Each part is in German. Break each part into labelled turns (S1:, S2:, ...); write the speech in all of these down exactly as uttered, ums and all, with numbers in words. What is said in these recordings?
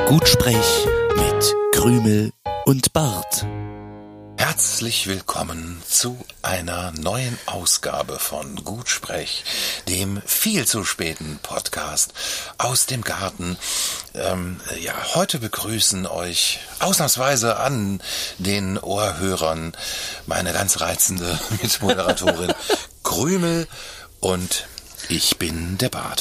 S1: Gutsprech mit Krümel und Bart.
S2: Herzlich willkommen zu einer neuen Ausgabe von Gutsprech, dem viel zu späten Podcast aus dem Garten. Ähm, ja, heute begrüßen euch ausnahmsweise an den Ohrhörern meine ganz reizende Mitmoderatorin Krümel und ich bin der Bart.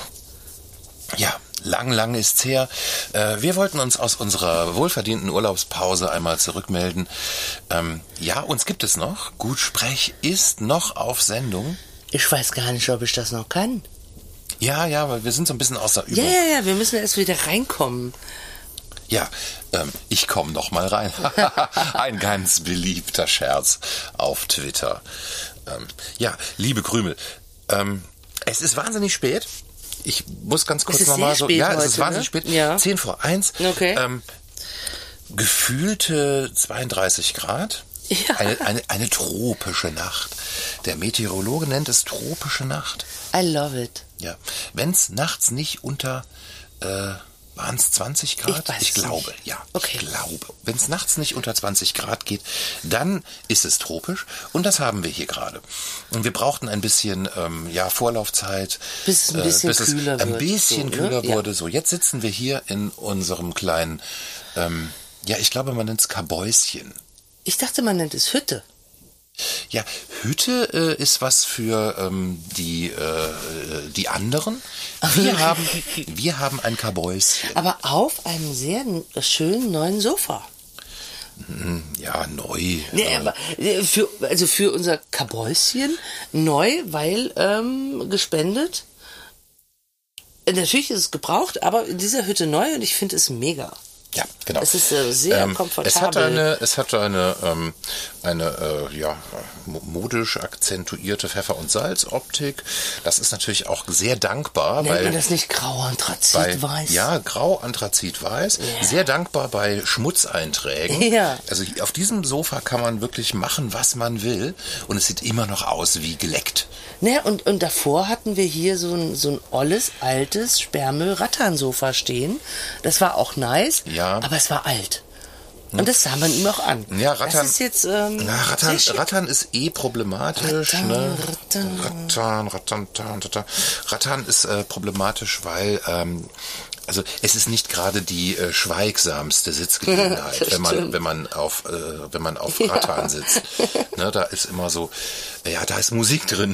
S2: Ja, lang, lang ist's her. Äh, wir wollten uns aus unserer wohlverdienten Urlaubspause einmal zurückmelden. Ähm, ja, uns gibt es noch. Gutsprech ist noch auf Sendung.
S3: Ich weiß gar nicht, ob ich das noch kann.
S2: Ja, ja, weil wir sind so ein bisschen außer Übung.
S3: Ja, ja, ja, wir müssen erst wieder reinkommen.
S2: Ja, ähm, ich komme noch mal rein. Ein ganz beliebter Scherz auf Twitter. Ähm, ja, liebe Krümel, ähm, es ist wahnsinnig spät. Ich muss ganz kurz nochmal so... Ja,
S3: heute,
S2: es ist wahnsinnig
S3: ne?
S2: spät.
S3: Ja.
S2: Zehn vor eins.
S3: Okay.
S2: Ähm, gefühlte zweiunddreißig Grad.
S3: Ja.
S2: Eine, eine, eine tropische Nacht. Der Meteorologe nennt es tropische Nacht.
S3: I love it.
S2: Ja. Wenn es nachts nicht unter... Äh, waren es zwanzig Grad?
S3: Ich weiß
S2: Ich glaube,
S3: nicht.
S2: ja.
S3: Okay.
S2: Ich glaube. Wenn es nachts nicht unter zwanzig Grad geht, dann ist es tropisch. Und das haben wir hier gerade. Und wir brauchten ein bisschen ähm, ja, Vorlaufzeit.
S3: Bis es ein bisschen
S2: äh, bis
S3: kühler
S2: es ein
S3: wird,
S2: bisschen
S3: so, ne?
S2: kühler
S3: Ja.
S2: wurde. So, jetzt sitzen wir hier in unserem kleinen, ähm, ja, ich glaube, man nennt es Kabäuschen.
S3: Ich dachte, man nennt es Hütte.
S2: Ja, Hütte äh, ist was für ähm, die, äh, die anderen. Wir haben, wir haben ein Kabäuschen.
S3: Aber auf einem sehr n- schönen neuen Sofa.
S2: Ja, neu.
S3: Nee,
S2: äh,
S3: aber äh, für, also für unser Kabäuschen neu, weil ähm, gespendet. Äh, Natürlich ist es gebraucht, aber in dieser Hütte neu und ich finde es mega.
S2: Ja, genau.
S3: Es ist äh, sehr
S2: Ähm,
S3: komfortabel.
S2: Es hat eine, es hat eine, ähm, eine äh, ja, mo- modisch akzentuierte Pfeffer- und Salzoptik. Das ist natürlich auch sehr dankbar,
S3: Nennt
S2: weil
S3: man das nicht grau
S2: bei,
S3: Anthrazit-Weiß?
S2: ja, grau Anthrazit-Weiß. Sehr dankbar bei Schmutzeinträgen.
S3: Ja.
S2: Also hier auf diesem Sofa kann man wirklich machen, was man will. Und es sieht immer noch aus wie geleckt.
S3: Ne, und, und davor hatten wir hier so ein, so ein olles, altes Sperrmüll-Rattan-Sofa stehen. Das war auch nice,
S2: Ja.
S3: aber es war alt. Und das sah man ihm auch an.
S2: Ja, Rattan,
S3: Das ist jetzt, ähm,
S2: na, Rattan,
S3: sehr schick.
S2: Rattan ist eh problematisch.
S3: Rattan,
S2: ne?
S3: Rattan.
S2: Rattan, Rattan, Rattan, Rattan. Rattan ist äh, problematisch, weil ähm, also es ist nicht gerade die äh, schweigsamste Sitzgelegenheit,
S3: Das
S2: wenn man
S3: stimmt.
S2: wenn man auf äh, wenn man auf
S3: Ja.
S2: Rattan sitzt. Ne, da ist immer so, ja, da ist Musik drin.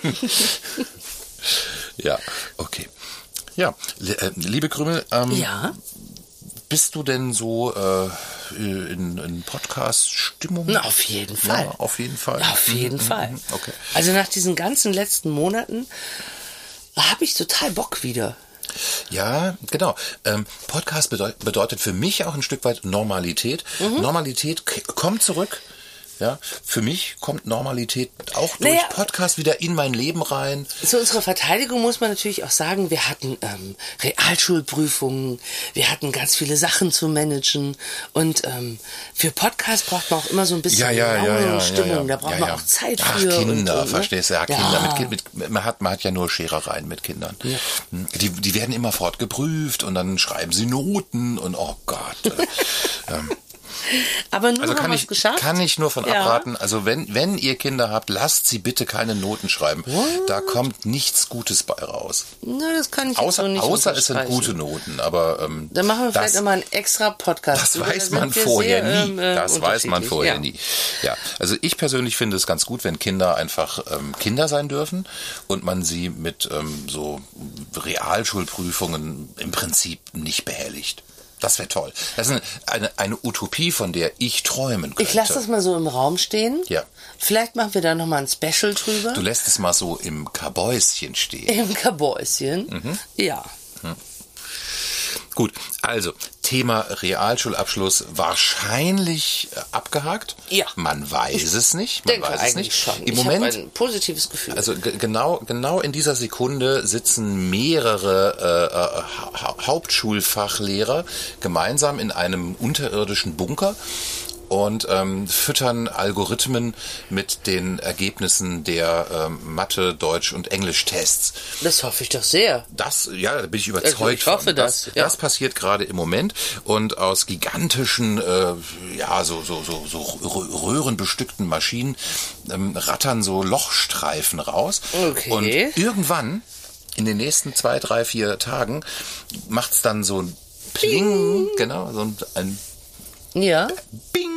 S2: Ja, okay. Ja, li- äh, liebe Krümel, ähm,
S3: Ja,
S2: bist du denn so äh, in, in Podcast-Stimmung?
S3: na, auf jeden Fall.
S2: Ja, auf jeden Fall.
S3: Auf jeden
S2: Mhm,
S3: Fall.
S2: mhm, Okay.
S3: Also nach diesen ganzen letzten Monaten habe ich total Bock wieder.
S2: Ja, genau. Ähm, Podcast bedeu- bedeutet für mich auch ein Stück weit Normalität.
S3: Mhm.
S2: Normalität k- kommt zurück. Ja, für mich kommt Normalität auch durch
S3: Naja.
S2: Podcast wieder in mein Leben rein.
S3: Zu unserer Verteidigung muss man natürlich auch sagen, wir hatten ähm, Realschulprüfungen, wir hatten ganz viele Sachen zu managen und ähm, für Podcast braucht man auch immer so ein bisschen Laune und Stimmung, da braucht
S2: ja,
S3: man
S2: ja.
S3: auch Zeit
S2: Ach,
S3: für.
S2: Kinder,
S3: und, und, ne?
S2: verstehst du? Ja, Kinder.
S3: Ja.
S2: Mit, Kind- mit, man, hat, man hat ja nur Scherereien mit Kindern. Die, die werden immer fortgeprüft und dann schreiben sie Noten und oh Gott. äh, ähm,
S3: Aber nun
S2: Also
S3: haben
S2: kann
S3: wir
S2: ich,
S3: es geschafft.
S2: kann ich nur von
S3: Ja.
S2: abraten. Also wenn, wenn ihr Kinder habt, lasst sie bitte keine Noten schreiben. Da kommt nichts Gutes bei raus.
S3: Na, das kann ich jetzt
S2: Außer,
S3: so nicht
S2: außer es sind
S3: unterstreichen.
S2: gute Noten. Aber ähm,
S3: Dann machen wir vielleicht
S2: das,
S3: immer einen extra Podcast.
S2: das
S3: drüber. Da
S2: weiß
S3: sind
S2: man
S3: wir
S2: vorher
S3: sehr,
S2: nie.
S3: ähm, äh,
S2: Das weiß man
S3: unterschiedlich.
S2: vorher
S3: Ja.
S2: nie. Ja, also ich persönlich finde es ganz gut, wenn Kinder einfach ähm, Kinder sein dürfen und man sie mit ähm, so Realschulprüfungen im Prinzip nicht behelligt. Das wäre toll. Das ist eine, eine, eine Utopie, von der ich träumen könnte.
S3: Ich lasse das mal so im Raum stehen.
S2: Ja.
S3: Vielleicht machen wir da nochmal ein Special drüber.
S2: Du lässt es mal so im Kabäuschen stehen.
S3: Im Kabäuschen.
S2: Mhm.
S3: Ja.
S2: Gut, also Thema Realschulabschluss wahrscheinlich äh, abgehakt.
S3: Ja.
S2: Man weiß es nicht. Man
S3: Denke
S2: weiß es
S3: eigentlich
S2: nicht.
S3: schon.
S2: Im
S3: ich
S2: Moment,
S3: habe ein positives Gefühl.
S2: also g- genau, genau in dieser Sekunde sitzen mehrere äh, ha- Hauptschulfachlehrer gemeinsam in einem unterirdischen Bunker und ähm, füttern Algorithmen mit den Ergebnissen der ähm, Mathe-, Deutsch- und Englisch-Tests.
S3: Das hoffe ich doch sehr.
S2: Das, ja, da bin ich überzeugt
S3: also ich hoffe
S2: von. Das,
S3: das. Ja.
S2: das passiert gerade im Moment und aus gigantischen, äh, ja, so so so so röhrenbestückten Maschinen ähm, rattern so Lochstreifen raus.
S3: Okay.
S2: Und irgendwann in den nächsten zwei, drei, vier Tagen macht's dann so ein Pling, Pling. genau, so ein, ein
S3: ja.
S2: Bing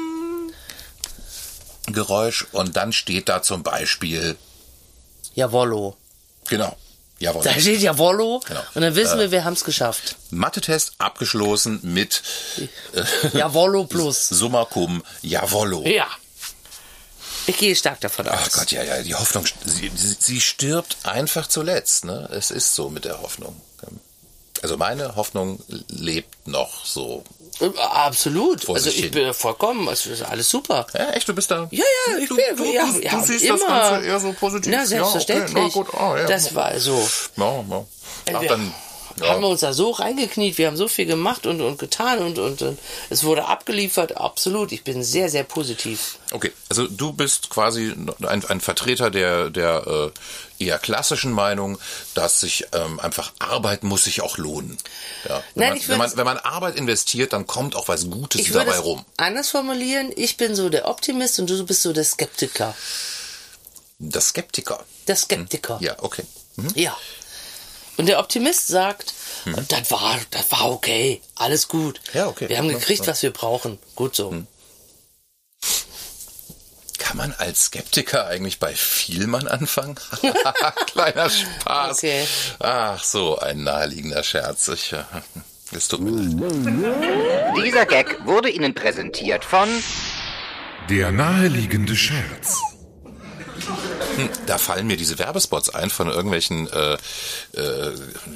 S2: Geräusch und dann steht da zum Beispiel
S3: Jawollo.
S2: Genau. Jawollo.
S3: Da steht Jawollo
S2: Genau.
S3: Und dann wissen
S2: äh,
S3: wir, wir haben es geschafft.
S2: Mathe-Test abgeschlossen mit
S3: äh, Jawollo plus.
S2: Summa cum Jawollo.
S3: Ja. Ich gehe stark davon aus.
S2: Ach Gott, ja, ja, die Hoffnung, sie, sie stirbt einfach zuletzt, ne? Es ist so mit der Hoffnung. Also meine Hoffnung lebt noch so.
S3: Absolut. Also ich bin vollkommen, also ist alles super.
S2: Ja, echt, du bist da?
S3: Ja, ja, ich
S2: du,
S3: bin,
S2: du,
S3: ja,
S2: du,
S3: ja,
S2: du siehst
S3: immer.
S2: das Ganze eher so positiv.
S3: Na, selbstverständlich.
S2: Ja, okay. Na, gut. Oh, ja.
S3: Das war so.
S2: Ja, ja. Ach, dann...
S3: Ja. Haben wir uns da so reingekniet, wir haben so viel gemacht und, und getan und, und, und es wurde abgeliefert, absolut. Ich bin sehr, sehr positiv.
S2: Okay, also du bist quasi ein, ein Vertreter der, der äh, eher klassischen Meinung, dass sich ähm, einfach Arbeit muss sich auch lohnen. Ja, wenn,
S3: Nein,
S2: man,
S3: ich
S2: wenn, man, wenn man Arbeit investiert, dann kommt auch was Gutes
S3: ich
S2: dabei
S3: würde es
S2: rum.
S3: Anders formulieren, ich bin so der Optimist und du bist so der Skeptiker.
S2: Der Skeptiker?
S3: Der Skeptiker.
S2: Hm. Ja, okay. Mhm.
S3: Ja. Und der Optimist sagt, hm. das war, das war okay, alles gut.
S2: Ja, okay.
S3: Wir haben gekriegt,
S2: ja.
S3: was wir brauchen. Gut so.
S2: Hm. Kann man als Skeptiker eigentlich bei Vielmann anfangen? Kleiner Spaß.
S3: Okay.
S2: Ach, so ein naheliegender Scherz. Ich, äh, es tut mir leid.
S4: Dieser Gag wurde Ihnen präsentiert von
S5: Der naheliegende Scherz.
S2: Da fallen mir diese Werbespots ein von irgendwelchen, äh, äh,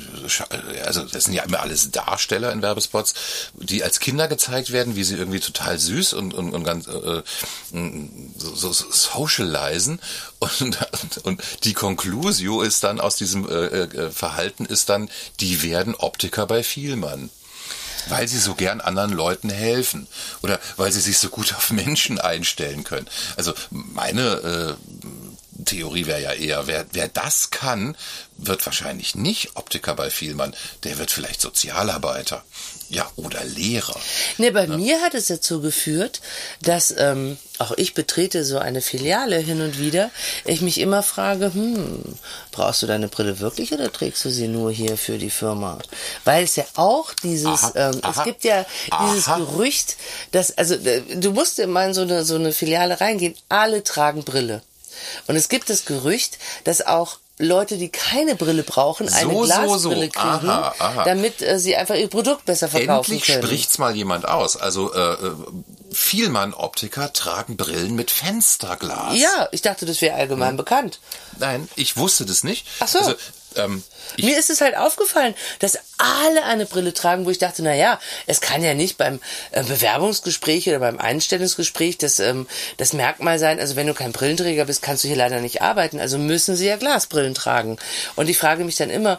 S2: also das sind ja immer alles Darsteller in Werbespots, die als Kinder gezeigt werden, wie sie irgendwie total süß und, und, und ganz äh, so, so socialisen und, und, und die Conclusio ist dann aus diesem äh, äh, Verhalten ist dann, die werden Optiker bei Vielmann. Weil sie so gern anderen Leuten helfen oder weil sie sich so gut auf Menschen einstellen können. Also meine äh, Theorie wäre ja eher, wer, wer das kann, wird wahrscheinlich nicht Optiker bei Vielmann, der wird vielleicht Sozialarbeiter. Ja, oder Lehrer.
S3: Ne, bei ja. mir hat es dazu geführt, dass ähm, auch ich betrete so eine Filiale hin und wieder, ich mich immer frage, hm, brauchst du deine Brille wirklich oder trägst du sie nur hier für die Firma? Weil es ja auch dieses,
S2: aha,
S3: ähm,
S2: aha,
S3: es gibt ja dieses
S2: aha.
S3: Gerücht, dass, also du musst immer in so eine, so eine Filiale reingehen, alle tragen Brille. Und es gibt das Gerücht, dass auch Leute, die keine Brille brauchen, eine
S2: so,
S3: Glasbrille
S2: so, so.
S3: kriegen,
S2: aha, aha.
S3: damit äh, sie einfach ihr Produkt besser verkaufen
S2: Endlich
S3: können.
S2: Endlich spricht's mal jemand aus. Also äh, Vielmann-Optiker tragen Brillen mit Fensterglas.
S3: Ja, ich dachte, das wäre allgemein hm. bekannt.
S2: Nein, ich wusste das nicht.
S3: Ach so.
S2: Also, ähm,
S3: Mir ist es halt aufgefallen, dass alle eine Brille tragen, wo ich dachte, na ja, es kann ja nicht beim äh, Bewerbungsgespräch oder beim Einstellungsgespräch das, ähm, das Merkmal sein, also wenn du kein Brillenträger bist, kannst du hier leider nicht arbeiten, also müssen sie ja Glasbrillen tragen. Und ich frage mich dann immer,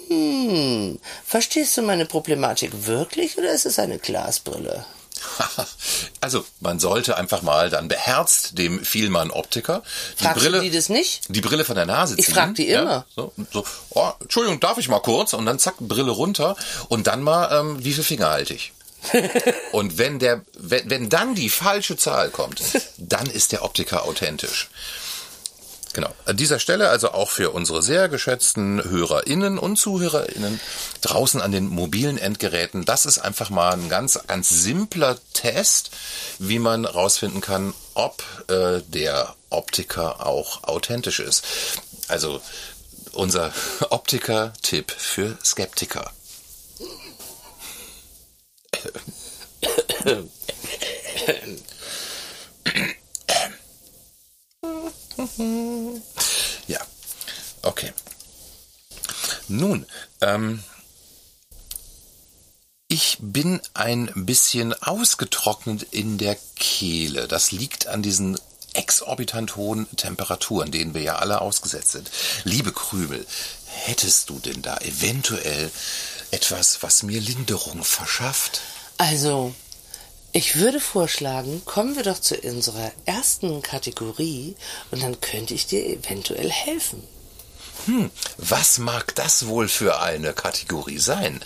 S3: hm, verstehst du meine Problematik wirklich oder ist es eine Glasbrille?
S2: Also, man sollte einfach mal dann beherzt dem Vielmann-Optiker die
S3: Fragst
S2: Brille,
S3: du die das nicht?
S2: die Brille von der Nase ziehen.
S3: Ich frag die immer.
S2: Ja, so, so, oh, Entschuldigung, darf ich mal kurz? Und dann zack, Brille runter und dann mal, ähm, wie viel Finger halte ich? Und wenn der, wenn, wenn dann die falsche Zahl kommt, dann ist der Optiker authentisch. Genau. An dieser Stelle also auch für unsere sehr geschätzten HörerInnen und ZuhörerInnen draußen an den mobilen Endgeräten. Das ist einfach mal ein ganz, ganz simpler Test, wie man rausfinden kann, ob äh, der Optiker auch authentisch ist. Also unser Optiker-Tipp für Skeptiker. Ja, okay. Nun, ähm, ich bin ein bisschen ausgetrocknet in der Kehle. Das liegt an diesen exorbitant hohen Temperaturen, denen wir ja alle ausgesetzt sind. Liebe Krümel, hättest du denn da eventuell etwas, was mir Linderung verschafft?
S3: Also, Ich würde vorschlagen, kommen wir doch zu unserer ersten Kategorie und dann könnte ich dir eventuell helfen.
S2: Hm, was mag das wohl für eine Kategorie sein?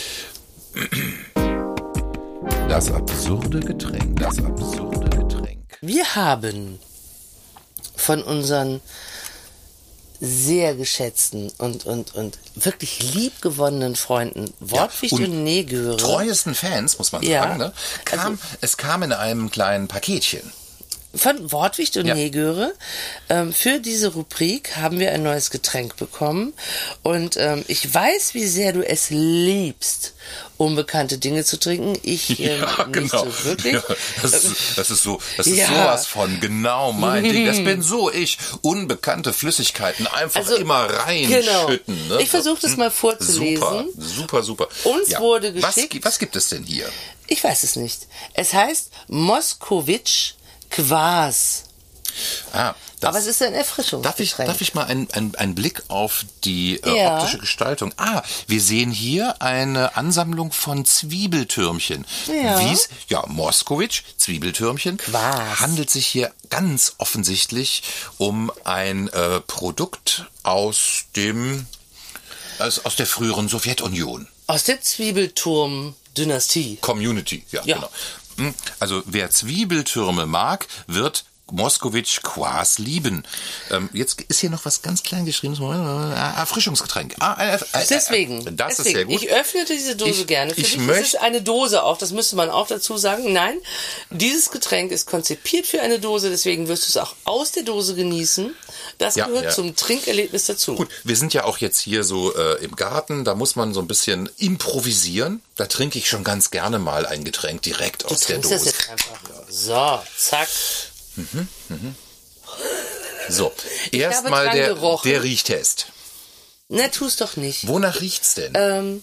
S1: Das absurde Getränk. Das absurde Getränk.
S3: Wir haben von unseren sehr geschätzten und, und, und wirklich liebgewonnenen Freunden Wortwicht
S2: ja, und,
S3: und Negöre.
S2: Treuesten Fans, muss man
S3: ja,
S2: sagen, ne? kam,
S3: also,
S2: es kam in einem kleinen Paketchen.
S3: Von Wortwicht und ja. Negöre. Ähm, für diese Rubrik haben wir ein neues Getränk bekommen. Und ähm, ich weiß, wie sehr du es liebst, unbekannte Dinge zu trinken. Ich ähm,
S2: ja,
S3: nicht
S2: genau.
S3: so wirklich.
S2: Ja, das, ist, das ist so, das ist
S3: ja.
S2: sowas von genau mein Ding. Das bin so ich. Unbekannte Flüssigkeiten einfach also, immer reinschütten.
S3: Genau.
S2: Ne?
S3: Ich versuche das mal vorzulesen.
S2: Super, super, super.
S3: Uns
S2: ja.
S3: wurde geschickt.
S2: Was, was gibt es denn hier?
S3: Ich weiß es nicht. Es heißt Moskowitsch Quas.
S2: Ah, das,
S3: aber es ist ein Erfrischungsgetränk.
S2: Darf ich, darf ich mal einen ein Blick auf die äh,
S3: ja.
S2: optische Gestaltung? Ah, wir sehen hier eine Ansammlung von Zwiebeltürmchen.
S3: Ja.
S2: Wie's, ja, Moskowitsch, Zwiebeltürmchen.
S3: Quas.
S2: Handelt sich hier ganz offensichtlich um ein äh, Produkt aus dem, aus, aus der früheren Sowjetunion.
S3: Aus der Zwiebelturm-Dynastie.
S2: Community, ja, ja. genau. Also wer Zwiebeltürme mag, wird Moskowitsch Quas lieben. Ähm, jetzt ist hier noch was ganz klein geschrieben. Erfrischungsgetränk. Ah, äh, äh, äh,
S3: deswegen.
S2: Das
S3: deswegen.
S2: ist sehr gut.
S3: Ich öffnete diese Dose
S2: ich,
S3: gerne für
S2: ich
S3: dich.
S2: Möcht-
S3: das ist eine Dose auch, das müsste man auch dazu sagen. Nein, dieses Getränk ist konzipiert für eine Dose, deswegen wirst du es auch aus der Dose genießen. Das
S2: ja,
S3: gehört
S2: ja.
S3: zum Trinkerlebnis dazu.
S2: Gut, wir sind ja auch jetzt hier so äh, im Garten, da muss man so ein bisschen improvisieren. Da trinke ich schon ganz gerne mal ein Getränk direkt
S3: du
S2: aus der Dose.
S3: Das jetzt einfach. So, zack.
S2: Mhm, mhm. So, erstmal der, der Riechtest.
S3: Na, tu's doch nicht.
S2: Wonach riecht's denn?
S3: Ähm.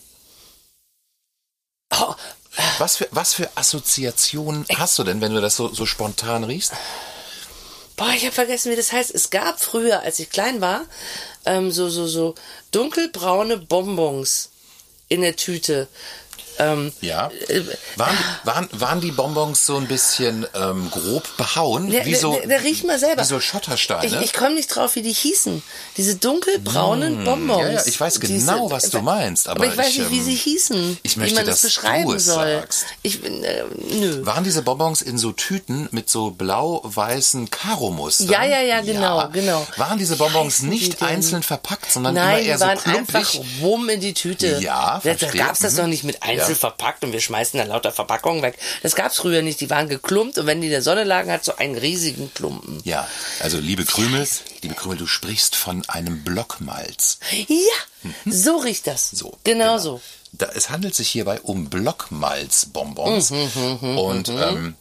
S2: Oh. Was für, was für Assoziationen ich hast du denn, wenn du das so, so spontan riechst?
S3: Boah, ich habe vergessen, wie das heißt. Es gab früher, als ich klein war, ähm, so, so, so dunkelbraune Bonbons in der Tüte. Ähm,
S2: ja. Waren, waren, waren die Bonbons so ein bisschen ähm, grob behauen?
S3: Der,
S2: wie so,
S3: der, der riecht mal selber.
S2: Wie so Schottersteine?
S3: Ich, ich komme nicht drauf, wie die hießen. Diese dunkelbraunen mmh, Bonbons.
S2: Ja, ja, ich weiß genau,
S3: Diese,
S2: was du meinst. Aber,
S3: aber ich weiß
S2: ich,
S3: nicht, wie sie hießen.
S2: Ich möchte,
S3: wie man
S2: dass
S3: das beschreiben
S2: du es
S3: soll.
S2: sagst.
S3: Ich, äh, nö.
S2: Waren diese Bonbons in so Tüten mit so blau-weißen Karomustern?
S3: Ja, ja, ja, genau, ja. genau.
S2: Waren diese Bonbons nicht einzeln verpackt, sondern
S3: Nein,
S2: immer eher
S3: die waren
S2: so klumpig?
S3: einfach wumm in die Tüte.
S2: Ja, verstehe.
S3: Da gab's das
S2: mhm.
S3: doch nicht mit einzeln ja. verpackt und wir schmeißen dann lauter Verpackungen weg. Das gab's früher nicht. Die waren geklumpt und wenn die in der Sonne lagen, hat so einen riesigen Klumpen.
S2: Ja, also liebe Krümel, liebe Krümel, du sprichst von einem Blockmalz.
S3: Ja, mhm. so riecht das.
S2: So,
S3: genau, genau. so.
S2: Da, es handelt sich hierbei um Blockmalzbonbons. Mhm, mh, und
S3: mhm.
S2: ähm,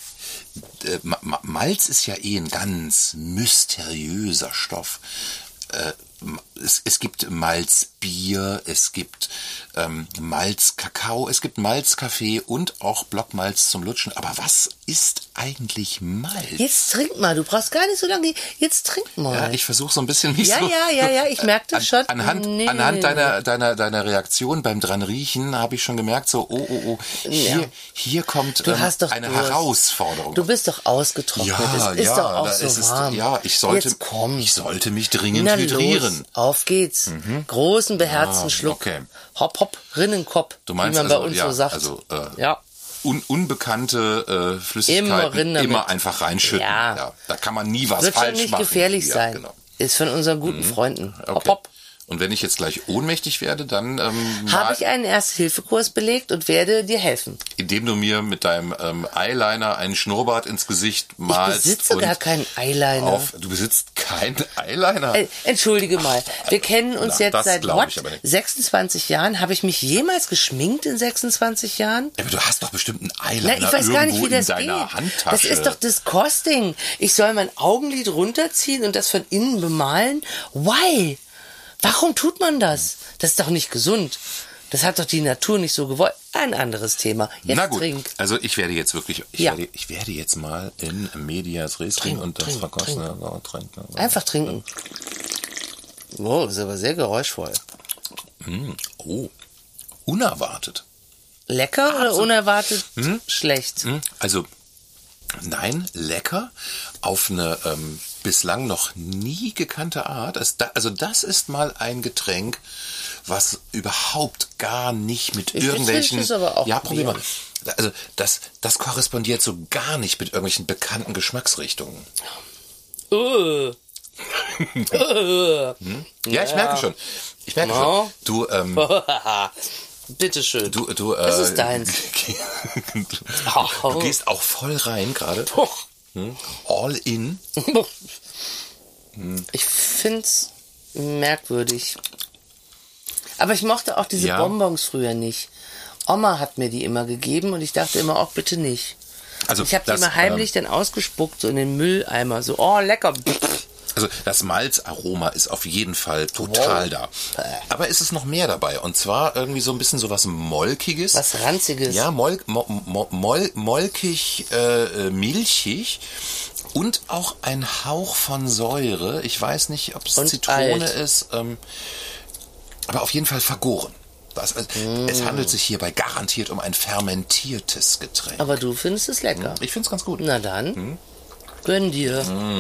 S2: Malz ist ja eh ein ganz mysteriöser Stoff. Äh, es, es gibt Malzbier, es gibt ähm, Malzkakao, es gibt Malzkaffee und auch Blockmalz zum Lutschen. Aber was ist eigentlich Malz?
S3: Jetzt trink mal, du brauchst gar nicht so lange. Jetzt trink mal.
S2: Ja, ich versuche so ein bisschen mich
S3: ja,
S2: so...
S3: Ja, ja, ja, ich merke das schon.
S2: An, anhand
S3: nee,
S2: anhand
S3: nee,
S2: deiner,
S3: nee.
S2: deiner, deiner Reaktion beim dran riechen habe ich schon gemerkt, so, oh, oh, oh, hier, ja. hier kommt
S3: du
S2: ähm,
S3: hast doch
S2: eine
S3: Durst.
S2: Herausforderung.
S3: Du bist doch ausgetrocknet.
S2: Ja,
S3: es ist
S2: ja,
S3: doch auch so
S2: ist,
S3: warm.
S2: Ja, ich sollte,
S3: Jetzt komm.
S2: ich sollte mich dringend
S3: Na
S2: hydrieren.
S3: Los, auf geht's. Mhm. Großen, beherzten
S2: ah,
S3: Schluck.
S2: Okay.
S3: Hopp, hopp, Rinnenkopf,
S2: du meinst
S3: wie man
S2: also,
S3: bei uns
S2: ja,
S3: so sagt.
S2: Also, äh,
S3: ja.
S2: Un, unbekannte äh, Flüssigkeiten
S3: immer,
S2: immer einfach reinschütten. Ja. Ja, da kann man nie was
S3: Wird
S2: falsch
S3: schon nicht
S2: machen.
S3: gefährlich
S2: ja,
S3: sein.
S2: Genau.
S3: Ist von unseren guten
S2: mhm.
S3: Freunden.
S2: Okay.
S3: Hopp, hopp.
S2: Und wenn ich jetzt gleich ohnmächtig werde, dann ähm,
S3: habe ich einen Erste-Hilfe-Kurs belegt und werde dir helfen.
S2: Indem du mir mit deinem ähm, Eyeliner einen Schnurrbart ins Gesicht malst.
S3: Ich besitze gar keinen Eyeliner.
S2: Auf, du besitzt keinen Eyeliner?
S3: Äh, entschuldige mal, wir kennen uns
S2: Na,
S3: jetzt seit what?
S2: sechsundzwanzig
S3: Jahren. Habe ich mich jemals geschminkt in sechsundzwanzig Jahren?
S2: Ja, aber du hast doch bestimmt einen Eyeliner
S3: Na, ich weiß gar nicht, wie das
S2: in deiner
S3: geht.
S2: Handtasche.
S3: Das ist doch disgusting. Ich soll mein Augenlid runterziehen und das von innen bemalen? Why? Warum tut man das? Das ist doch nicht gesund. Das hat doch die Natur nicht so gewollt. Ein anderes Thema. Jetzt
S2: Na gut,
S3: trink.
S2: also ich werde jetzt wirklich, ich,
S3: ja.
S2: werde, ich werde jetzt mal in Medias Res
S3: trink,
S2: und das
S3: trink,
S2: verkosten.
S3: trink.
S2: Ja, trinken.
S3: Einfach trinken. Wow, das ist aber sehr geräuschvoll.
S2: Mm, oh, unerwartet.
S3: Lecker oder
S2: Absolut.
S3: unerwartet
S2: Hm?
S3: schlecht?
S2: Hm? Also, nein, lecker auf eine ähm, bislang noch nie gekannte Art. Es, da, also das ist mal ein Getränk, was überhaupt gar nicht mit
S3: Ich
S2: irgendwelchen...
S3: finde es aber auch
S2: ja, probier mal.
S3: Bier.
S2: Also das, das korrespondiert so gar nicht mit irgendwelchen bekannten Geschmacksrichtungen.
S3: Uh. uh.
S2: Hm? Ja, ich merke schon. Ich merke
S3: No.
S2: schon. Du, ähm,
S3: Bitteschön.
S2: du, du, äh,
S3: Das ist deins.
S2: du, du gehst auch voll rein gerade. Hm? All in.
S3: Ich find's merkwürdig. Aber ich mochte auch diese
S2: Ja.
S3: Bonbons früher nicht. Oma hat mir die immer gegeben und ich dachte immer, auch bitte nicht.
S2: Also
S3: Ich habe die
S2: das,
S3: immer heimlich
S2: ähm,
S3: dann ausgespuckt, so in den Mülleimer. So, oh, lecker.
S2: Also das Malzaroma ist auf jeden Fall total da. Aber es ist noch mehr dabei. Und zwar irgendwie so ein bisschen so was Molkiges.
S3: Was Ranziges.
S2: Ja, mol, mo, mo, mol, molkig, äh, milchig. Und auch ein Hauch von Säure. Ich weiß nicht, ob es
S3: Und
S2: Zitrone
S3: alt.
S2: ist. Ähm, aber auf jeden Fall vergoren. Das, also,
S3: Mm.
S2: Es handelt sich hierbei garantiert um ein fermentiertes Getränk.
S3: Aber du findest es lecker.
S2: Ich finde es ganz gut.
S3: Na dann, gönn dir.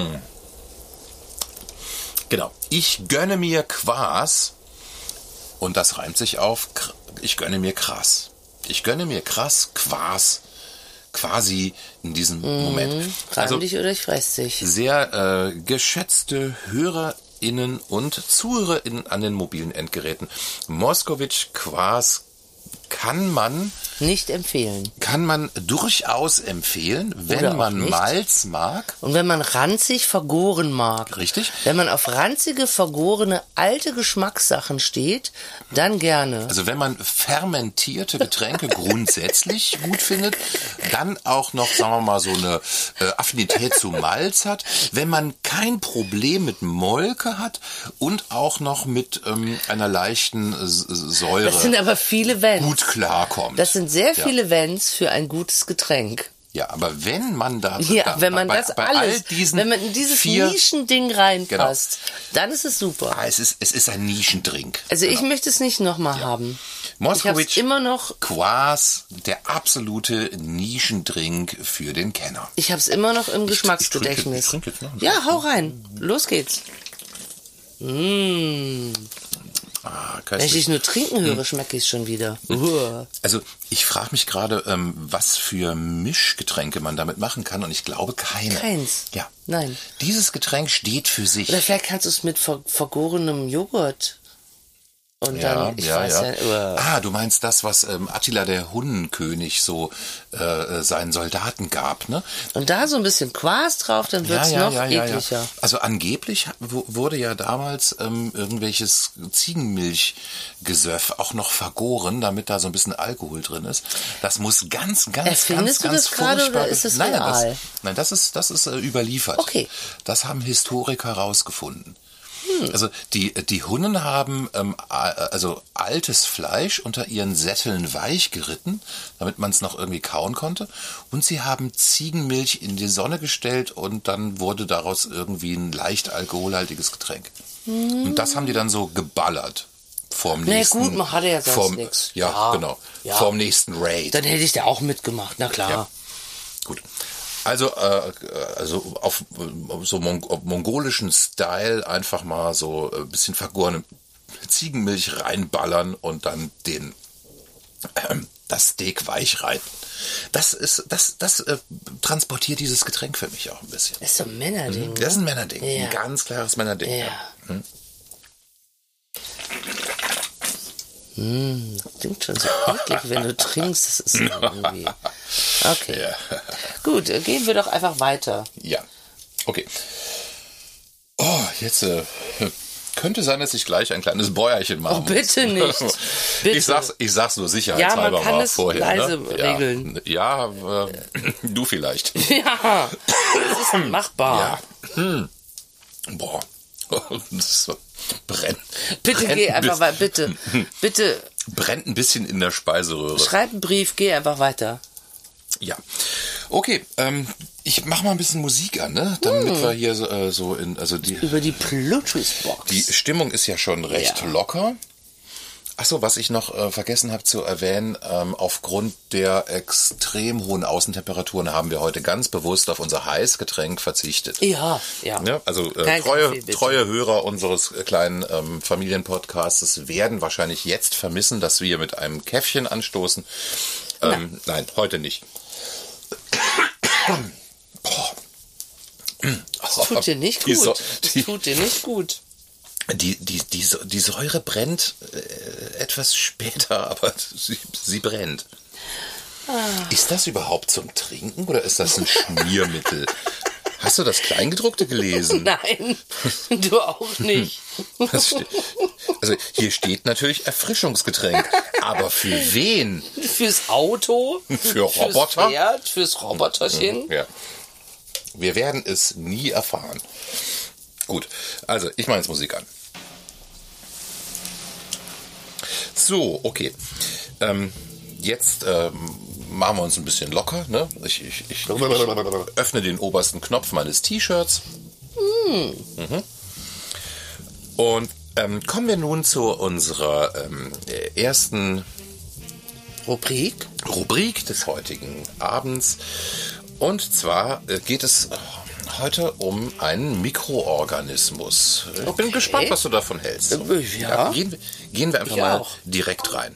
S2: Genau. Ich gönne mir Quas. Und das reimt sich auf, kr- ich gönne mir krass. Ich gönne mir krass Quas. Quasi in diesem Moment.
S3: Reim
S2: Also
S3: dich oder ich fress dich.
S2: sehr äh, geschätzte HörerInnen und ZuhörerInnen an den mobilen Endgeräten. Moskowitsch Quas kann man
S3: Nicht empfehlen.
S2: kann man durchaus empfehlen, wenn
S3: Oder auch
S2: man
S3: nicht.
S2: Malz mag.
S3: Und wenn man ranzig vergoren mag.
S2: Richtig.
S3: Wenn man auf ranzige, vergorene, alte Geschmackssachen steht, dann gerne.
S2: Also wenn man fermentierte Getränke grundsätzlich gut findet, dann auch noch, sagen wir mal, so eine äh, Affinität zu Malz hat, wenn man kein Problem mit Molke hat und auch noch mit ähm, einer leichten äh, Säure
S3: Das sind aber viele Wenns.
S2: gut klarkommt.
S3: Das sind sehr
S2: Ja.
S3: viele Wenns für ein gutes Getränk.
S2: Ja, aber wenn man da...
S3: Ja,
S2: da
S3: wenn man
S2: bei,
S3: das
S2: bei
S3: alles,
S2: all diesen
S3: wenn man in dieses
S2: vier,
S3: Nischending reinpasst, dann ist es super.
S2: Ah, es ist, es ist ein Nischendrink.
S3: Also ich
S2: Genau.
S3: möchte es nicht nochmal haben. Ich habe
S2: Moskowitsch
S3: immer noch,
S2: Quas, der absolute Nischendrink für den Kenner.
S3: ich habe es immer noch im Geschmacksgedächtnis.
S2: ich trinke jetzt noch einen
S3: Ja, hau rein. Los geht's. Mmh.
S2: Ah,
S3: Wenn ich
S2: köstlich.
S3: dich nur trinken höre, schmecke ich es schon wieder. Uah.
S2: Also ich frage mich gerade, ähm, was für Mischgetränke man damit machen kann, und ich glaube keine.
S3: Keins.
S2: Ja.
S3: Nein.
S2: Dieses Getränk steht für sich.
S3: Oder vielleicht kannst du es mit ver vergorenem Joghurt. Und
S2: Ja,
S3: dann, ich
S2: ja,
S3: weiß
S2: ja.
S3: ja, uah.
S2: Ah, du meinst das, was ähm, Attila der Hunnenkönig so äh, seinen Soldaten gab, ne?
S3: Und da so ein bisschen Quas drauf, dann wird's noch ekliger.
S2: Also angeblich w- wurde ja damals ähm, irgendwelches Ziegenmilchgesöff auch noch vergoren, damit da so ein bisschen Alkohol drin ist. Das muss ganz, ganz,
S3: Erfindest du
S2: ganz,
S3: das
S2: ganz
S3: gerade
S2: furchtbar...
S3: oder ist es
S2: nein, nein,
S3: real?
S2: das, nein, das ist, das ist äh, überliefert.
S3: Okay.
S2: Das haben Historiker rausgefunden. Also die, die Hunnen haben ähm, a- also altes Fleisch unter ihren Sätteln weich geritten, damit man es noch irgendwie kauen konnte. Und sie haben Ziegenmilch in die Sonne gestellt und dann wurde daraus irgendwie ein leicht alkoholhaltiges Getränk. Und das haben die dann so geballert. Vorm
S3: Na
S2: nächsten,
S3: gut, man hatte ja sonst
S2: vorm,
S3: nix.
S2: Ja,
S3: Ja,
S2: genau.
S3: ja.
S2: Vorm nächsten Raid.
S3: Dann hätte ich da auch mitgemacht, na klar.
S2: Ja. Gut. Also, äh, also auf, auf so Mong auf mongolischen Style einfach mal so ein bisschen vergorene Ziegenmilch reinballern und dann den ähm, das Steak weich reiten. Das ist, das, das äh, transportiert dieses Getränk für mich auch ein bisschen.
S3: Das ist so ein Männerding.
S2: Das ist ein Männerding,
S3: Ja.
S2: ein ganz klares Männerding.
S3: Ja.
S2: Hm?
S3: Mm, das klingt schon so eklig, wenn du trinkst. Das ist irgendwie... Okay.
S2: Ja.
S3: Gut, äh, gehen wir doch einfach weiter.
S2: Ja, okay. Oh, jetzt äh, könnte sein, dass ich gleich ein kleines Bäuerchen machen
S3: Oh, bitte
S2: muss.
S3: nicht. Bitte.
S2: Ich sag's, ich sag's nur sicherheitshalber
S3: Ja, man kann
S2: mal
S3: es
S2: vorher.
S3: leise
S2: ne?
S3: regeln.
S2: Ja, ja äh, du vielleicht.
S3: Ja, das ist machbar.
S2: Ja. Hm. Boah. Das brennt.
S3: Bitte
S2: brennt
S3: geh
S2: ein
S3: einfach
S2: bisschen-
S3: weiter. Bitte, bitte
S2: Brennt ein bisschen in der Speiseröhre.
S3: schreib einen Brief, geh einfach weiter.
S2: Ja. Okay, ähm, ich mach mal ein bisschen Musik an, ne? Damit
S3: Hm.
S2: wir hier so, äh, so in, also die,
S3: Über die Bluetooth-Box.
S2: die Stimmung ist ja schon recht
S3: Ja.
S2: locker. Achso, was ich noch äh, vergessen habe zu erwähnen, ähm, aufgrund der extrem hohen Außentemperaturen haben wir heute ganz bewusst auf unser Heißgetränk verzichtet.
S3: Ja, ja.
S2: ja also äh, treue, Kaffee, treue Hörer unseres kleinen ähm, Familienpodcasts werden wahrscheinlich jetzt vermissen, dass wir mit einem Käffchen anstoßen. Ähm, nein, heute nicht.
S3: Boah. Das tut dir nicht gut. Das tut dir nicht gut.
S2: Die, die, die, die Säure brennt äh, etwas später, aber sie, sie brennt. Ah. Ist das überhaupt zum Trinken oder ist das ein Schmiermittel? Hast du das Kleingedruckte gelesen?
S3: Nein, du auch nicht.
S2: Also hier steht natürlich Erfrischungsgetränk, aber für wen?
S3: Fürs Auto?
S2: Für Roboter?
S3: Fürs Pferd? Fürs Roboterchen?
S2: Ja. Wir werden es nie erfahren. Gut, also ich mache jetzt Musik an. So, okay. Ähm, jetzt ähm, machen wir uns ein bisschen locker. Ne? Ich, ich, ich, ich öffne den obersten Knopf meines T-Shirts. Mm. Mhm. Und ähm, kommen wir nun zu unserer ähm, ersten
S3: Rubrik.
S2: Rubrik des heutigen Abends. Und zwar äh, geht es heute um einen Mikroorganismus. Ich okay. bin gespannt, was du davon hältst. So,
S3: ja.
S2: ja, gehen, gehen wir einfach ich mal auch. direkt rein.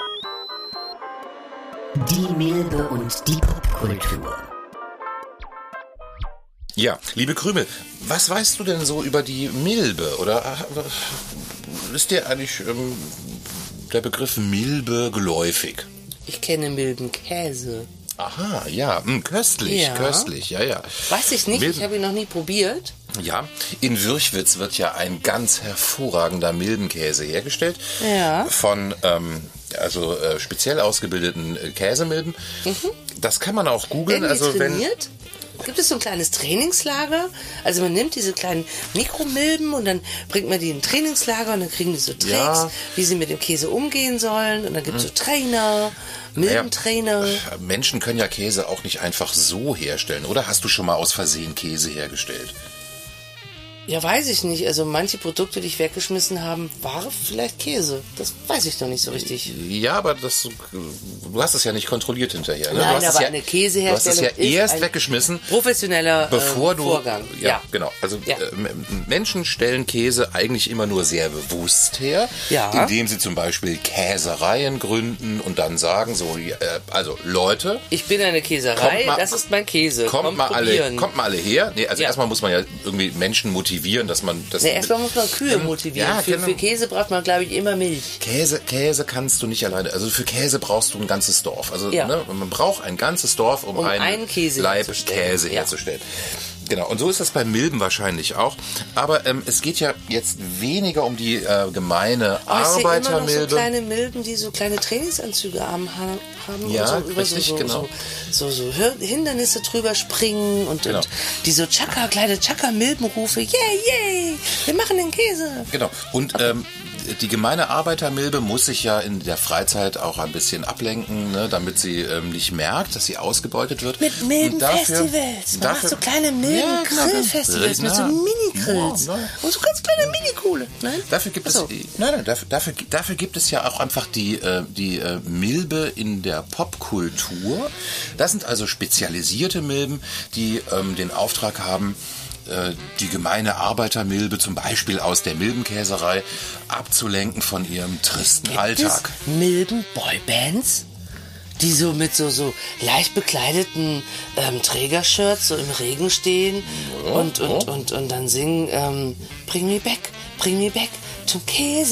S6: Die Milbe und die Popkultur.
S2: Ja, liebe Krümel, was weißt du denn so über die Milbe? Oder ist dir eigentlich ähm, der Begriff Milbe geläufig?
S3: Ich kenne Milbenkäse.
S2: Aha, ja, mh, köstlich, ja. köstlich, ja, ja.
S3: Weiß ich nicht, Milben. Ich habe ihn noch nie probiert.
S2: Ja, in Würchwitz wird ja ein ganz hervorragender Milbenkäse hergestellt.
S3: Ja.
S2: Von, ähm, also äh, speziell ausgebildeten äh, Käsemilben. Mhm. Das kann man auch googeln.
S3: Werden die
S2: also
S3: trainiert? Wenn Gibt es so ein kleines Trainingslager? Also man nimmt diese kleinen Mikromilben und dann bringt man die in ein Trainingslager und dann kriegen die so Tricks, ja. wie sie mit dem Käse umgehen sollen. Und dann gibt es so Trainer, Milbentrainer.
S2: Naja, Menschen können ja Käse auch nicht einfach so herstellen, oder? Hast du schon mal aus Versehen Käse hergestellt?
S3: Ja, weiß ich nicht. Also manche Produkte, die ich weggeschmissen habe, waren vielleicht Käse. Das weiß ich noch nicht so richtig.
S2: Ja, aber das, du hast es ja nicht kontrolliert hinterher. Ne?
S3: Nein,
S2: du hast
S3: aber
S2: es ja,
S3: eine Käseherstellung
S2: du hast es ja erst weggeschmissen,
S3: professioneller
S2: bevor
S3: äh,
S2: du,
S3: Vorgang.
S2: Ja,
S3: ja.
S2: genau. Also
S3: ja.
S2: äh, Menschen stellen Käse eigentlich immer nur sehr bewusst her,
S3: ja.
S2: indem sie zum Beispiel Käsereien gründen und dann sagen so, äh, also Leute,
S3: ich bin eine Käserei, mal, das ist mein Käse.
S2: Kommt, kommt mal alle, kommt mal alle her. Nee, also
S3: ja.
S2: erstmal muss man ja irgendwie Menschen motivieren, dass man das.
S3: Nee, erstmal muss man Kühe motivieren. Ja, für, genau. für Käse braucht man, glaube ich, immer Milch.
S2: Käse, Käse kannst du nicht alleine. Also für Käse brauchst du ein ganzes Dorf. Also
S3: ja.
S2: ne, man braucht ein ganzes Dorf, um,
S3: um
S2: einen,
S3: einen Käse
S2: Leib
S3: herzustellen.
S2: Käse
S3: ja.
S2: herzustellen. Genau, und so ist das bei Milben wahrscheinlich auch. Aber ähm, es geht ja jetzt weniger um die äh, gemeine
S3: oh,
S2: Arbeitermilbe.
S3: Ich sehe immer noch so kleine Milben, die so kleine Trainingsanzüge haben. haben
S2: ja,
S3: und so über
S2: richtig,
S3: so, so,
S2: genau.
S3: so, so, so Hindernisse drüber springen und, genau. und die so Chaka, kleine Chaka-Milbenrufe. Yay, yay, wir machen den Käse.
S2: Genau, und okay. ähm, die gemeine Arbeitermilbe muss sich ja in der Freizeit auch ein bisschen ablenken, ne, damit sie ähm, nicht merkt, dass sie ausgebeutet wird.
S3: Mit Milbenfestivals. Man macht so kleine Milben-Grillfestivals ja, mit so Mini-Grills. Ja, und so ganz kleine Mini-Kohle. Nein?
S2: Dafür gibt
S3: Achso.
S2: es, nein, nein, dafür, dafür, dafür gibt es ja auch einfach die, äh, die äh, Milbe in der Popkultur. Das sind also spezialisierte Milben, die ähm, den Auftrag haben, die gemeine Arbeitermilbe zum Beispiel aus der Milbenkäserei abzulenken von ihrem tristen
S3: Gibt
S2: Alltag.
S3: Es Milben-Boybands, die so mit so, so leicht bekleideten ähm, Trägershirts so im Regen stehen ja, und, und, ja. und, und dann singen ähm, Bring me back, bring me back zum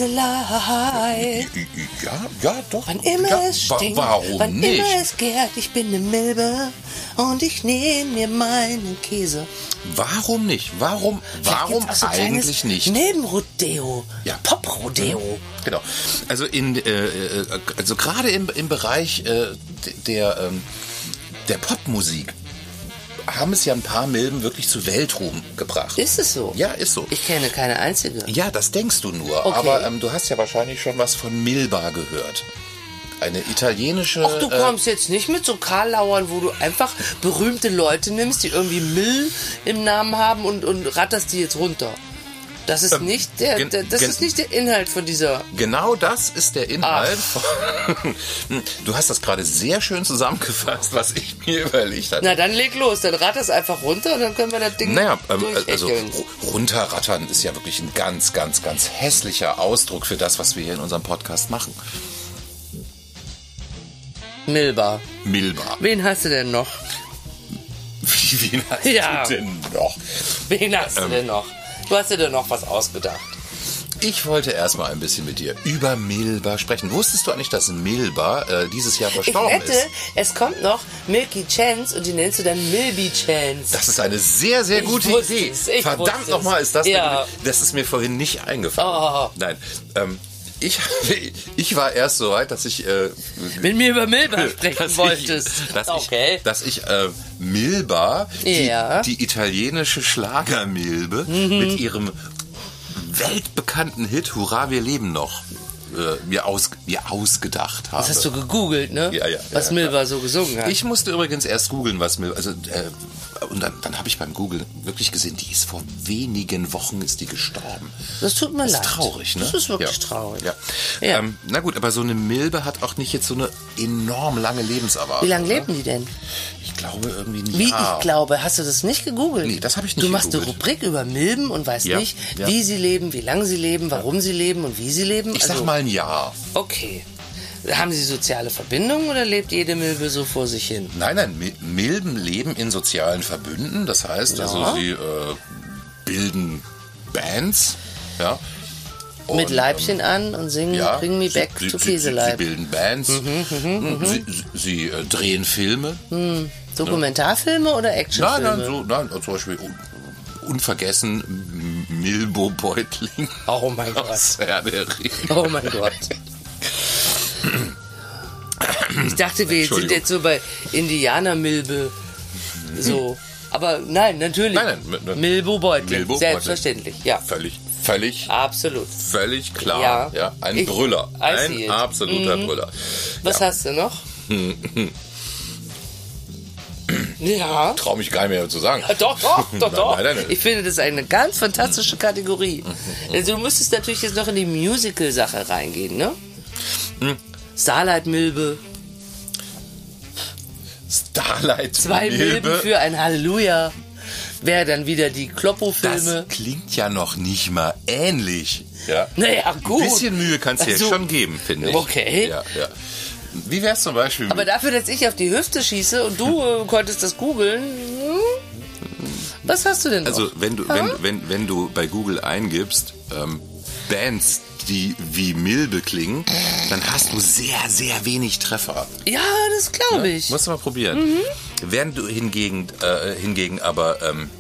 S3: Käselei.
S2: Ja, ja, doch.
S3: Wann immer
S2: ja,
S3: es stinkt,
S2: warum
S3: wann
S2: nicht?
S3: immer es gärt, ich bin eine Milbe und ich nehme mir meinen Käse.
S2: Warum nicht? Warum, warum so eigentlich nicht?
S3: Milbenrodeo.
S2: Ja.
S3: Poprodeo.
S2: Genau. Also in, äh, also gerade im, im Bereich äh, der, ähm, der Popmusik haben es ja ein paar Milben wirklich zu Weltruhm gebracht.
S3: Ist es so?
S2: Ja, ist so.
S3: Ich kenne keine einzige.
S2: Ja, das denkst du nur.
S3: Okay.
S2: Aber ähm, du hast ja wahrscheinlich schon was von Milba gehört. Eine italienische...
S3: Ach, du kommst äh, jetzt nicht mit so Karlauern, wo du einfach berühmte Leute nimmst, die irgendwie Mill im Namen haben und, und ratterst die jetzt runter. Das ist, ähm, nicht der, der, das gen- ist nicht der Inhalt von dieser...
S2: Genau das ist der Inhalt. Von, du hast das gerade sehr schön zusammengefasst, was ich mir überlegt hatte.
S3: Na, dann leg los. Dann rat es einfach runter und dann können wir das Ding
S2: Naja, ähm, also runterrattern ist ja wirklich ein ganz, ganz, ganz hässlicher Ausdruck für das, was wir hier in unserem Podcast machen.
S3: Milba.
S2: Milba.
S3: Wen hast du denn noch?
S2: Wie, wen hast
S3: ja.
S2: du denn noch?
S3: Wen hast
S2: ähm,
S3: du denn noch? Du hast dir denn noch was ausgedacht.
S2: Ich wollte erstmal ein bisschen mit dir über Milba sprechen. Wusstest du eigentlich, dass Milba äh, dieses Jahr verstorben
S3: ich wette,
S2: ist?
S3: Es kommt noch Milky Chance und die nennst du dann Milby Chance.
S2: Das ist eine sehr, sehr gute
S3: ich
S2: Idee.
S3: Es,
S2: Verdammt nochmal, ist das
S3: ja.
S2: eine, das ist mir vorhin nicht eingefallen.
S3: Oh.
S2: Nein, ähm, ich, ich war erst so weit, dass ich... Äh,
S3: mit mir über Milba sprechen wolltest.
S2: Ich, dass
S3: okay.
S2: ich, dass ich äh, Milba,
S3: ja.
S2: die, die italienische Schlagermilbe, mhm. mit ihrem weltbekannten Hit Hurra, wir leben noch, äh, mir, aus, mir ausgedacht habe.
S3: Das hast du gegoogelt, ne?
S2: Ja, ja.
S3: Was
S2: ja,
S3: Milba
S2: ja.
S3: so gesungen hat.
S2: Ich musste übrigens erst googeln, was Milba... Also, äh, und dann, dann habe ich beim Googlen wirklich gesehen, die ist vor wenigen Wochen ist die gestorben.
S3: Das tut mir
S2: das
S3: leid.
S2: Das ist traurig, ne?
S3: Das ist wirklich
S2: ja.
S3: traurig.
S2: Ja.
S3: Ja.
S2: Ähm, na gut, aber so eine Milbe hat auch nicht jetzt so eine enorm lange Lebenserwartung.
S3: Wie lange
S2: ne?
S3: leben die denn?
S2: Ich glaube irgendwie ein
S3: Wie
S2: Jahr.
S3: ich glaube, hast du das nicht gegoogelt?
S2: Nee, das habe ich nicht
S3: Du machst
S2: gegoogelt.
S3: eine Rubrik über Milben und weißt
S2: ja.
S3: nicht,
S2: ja.
S3: wie sie leben, wie lange sie leben, warum ja. sie leben und wie sie leben.
S2: Ich
S3: also,
S2: sag mal ein Jahr.
S3: Okay. Haben sie soziale Verbindungen oder lebt jede Milbe so vor sich hin?
S2: Nein, nein, Milben leben in sozialen Verbünden. Das heißt,
S3: ja.
S2: also sie äh, bilden Bands, ja.
S3: Und, mit Leibchen ähm, an und singen ja, Bring Me Back
S2: sie,
S3: to
S2: sie,
S3: Käseleib.
S2: Sie bilden Bands, mhm, mh, mh. sie, sie äh, drehen Filme.
S3: Hm. Dokumentarfilme ja. oder Actionfilme?
S2: Nein, nein, so, nein, zum Beispiel unvergessen Milbo Beutling.
S3: Oh mein Gott.
S2: Herr der Ringe.
S3: Oh mein Gott. Ich dachte, wir sind jetzt so bei Indianermilbe so. Aber nein, natürlich.
S2: Nein, nein, nein.
S3: Milbo Beutling.
S2: Milbo
S3: Selbstverständlich,
S2: Beutling.
S3: ja.
S2: Völlig, völlig.
S3: Absolut.
S2: Völlig klar.
S3: Ja.
S2: ja ein
S3: Ich,
S2: Brüller. Ein absoluter
S3: mhm.
S2: Brüller.
S3: Was
S2: ja.
S3: hast du noch? Ja.
S2: Trau mich gar nicht mehr zu sagen.
S3: Doch, doch, doch, doch.
S2: Nein, nein, nein.
S3: Ich finde, das ist eine ganz fantastische Kategorie. Also du müsstest natürlich jetzt noch in die Musical-Sache reingehen, ne?
S2: Hm.
S3: Starlight Milbe.
S2: Starlight
S3: Zwei
S2: Milbe.
S3: Milben für ein Halleluja. Wäre dann wieder die Kloppo-Filme.
S2: Das klingt ja noch nicht mal ähnlich. Ja.
S3: Naja, gut.
S2: Ein bisschen Mühe kannst du
S3: also,
S2: ja schon geben, finde ich.
S3: Okay.
S2: Ja, ja. Wie wär's zum Beispiel?
S3: Aber dafür, dass ich auf die Hüfte schieße und du äh, konntest das googeln, hm? Was hast du denn noch?
S2: Also wenn du,
S3: ja?
S2: wenn, wenn, wenn du bei Google eingibst, ähm, Bands, die wie Milbe klingen, dann hast du sehr, sehr wenig Treffer.
S3: Ja, das glaube ich.
S2: Ja? Musst du mal probieren. Mhm. Während du hingegen, äh, hingegen aber ähm,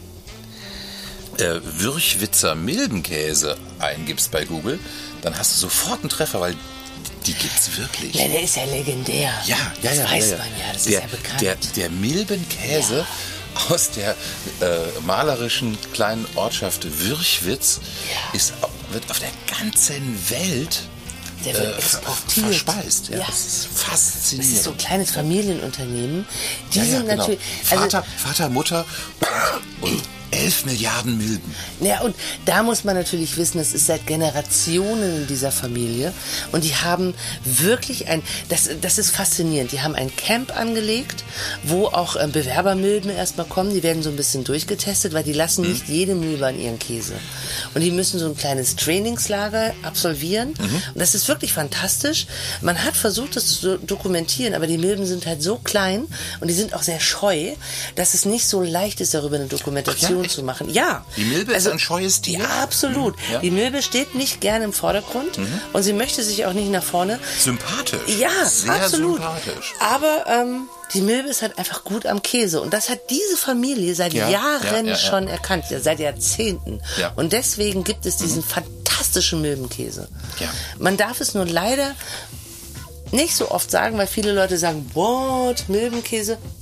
S2: äh, Würchwitzer Milbenkäse eingibst bei Google, dann hast du sofort einen Treffer, weil die gibt's wirklich.
S3: Ja, der ist ja legendär.
S2: Ja, ja,
S3: das
S2: ja.
S3: weiß
S2: ja, ja.
S3: man ja, das
S2: der,
S3: ist ja bekannt.
S2: Der, der Milbenkäse ja. aus der äh, malerischen kleinen Ortschaft Würchwitz
S3: ja.
S2: ist, wird auf der ganzen Welt
S3: der wird
S2: äh,
S3: exportiert.
S2: verspeist. Ja,
S3: ja.
S2: Das ist faszinierend.
S3: Das ist so ein kleines Familienunternehmen. Die
S2: ja, ja,
S3: sind
S2: genau.
S3: natürlich...
S2: Vater,
S3: also,
S2: Vater, Mutter und elf Milliarden Milben.
S3: Ja, und da muss man natürlich wissen, das ist seit Generationen in dieser Familie. Und die haben wirklich ein, das, das ist faszinierend, die haben ein Camp angelegt, wo auch äh, Bewerbermilben erstmal kommen. Die werden so ein bisschen durchgetestet, weil die lassen mhm. nicht jede Milbe an ihren Käse. Und die müssen so ein kleines Trainingslager absolvieren. Mhm. Und das ist wirklich fantastisch. Man hat versucht, das zu dokumentieren, aber die Milben sind halt so klein und die sind auch sehr scheu, dass es nicht so leicht ist, darüber eine Dokumentation zu machen. Ja.
S2: Die Milbe
S3: also,
S2: ist ein scheues Tier?
S3: Ja, absolut.
S2: Mhm. Ja.
S3: Die Milbe steht nicht gerne im Vordergrund mhm. und sie möchte sich auch nicht nach vorne.
S2: Sympathisch.
S3: Ja,
S2: sehr
S3: absolut.
S2: sympathisch.
S3: Aber ähm, die Milbe ist halt einfach gut am Käse und das hat diese Familie seit
S2: ja,
S3: Jahren
S2: ja, ja, ja.
S3: schon erkannt, ja, seit Jahrzehnten.
S2: Ja.
S3: Und deswegen gibt es diesen mhm. fantastischen Milbenkäse.
S2: Ja.
S3: Man darf es nur leider nicht so oft sagen, weil viele Leute sagen, what, Milbenkäse?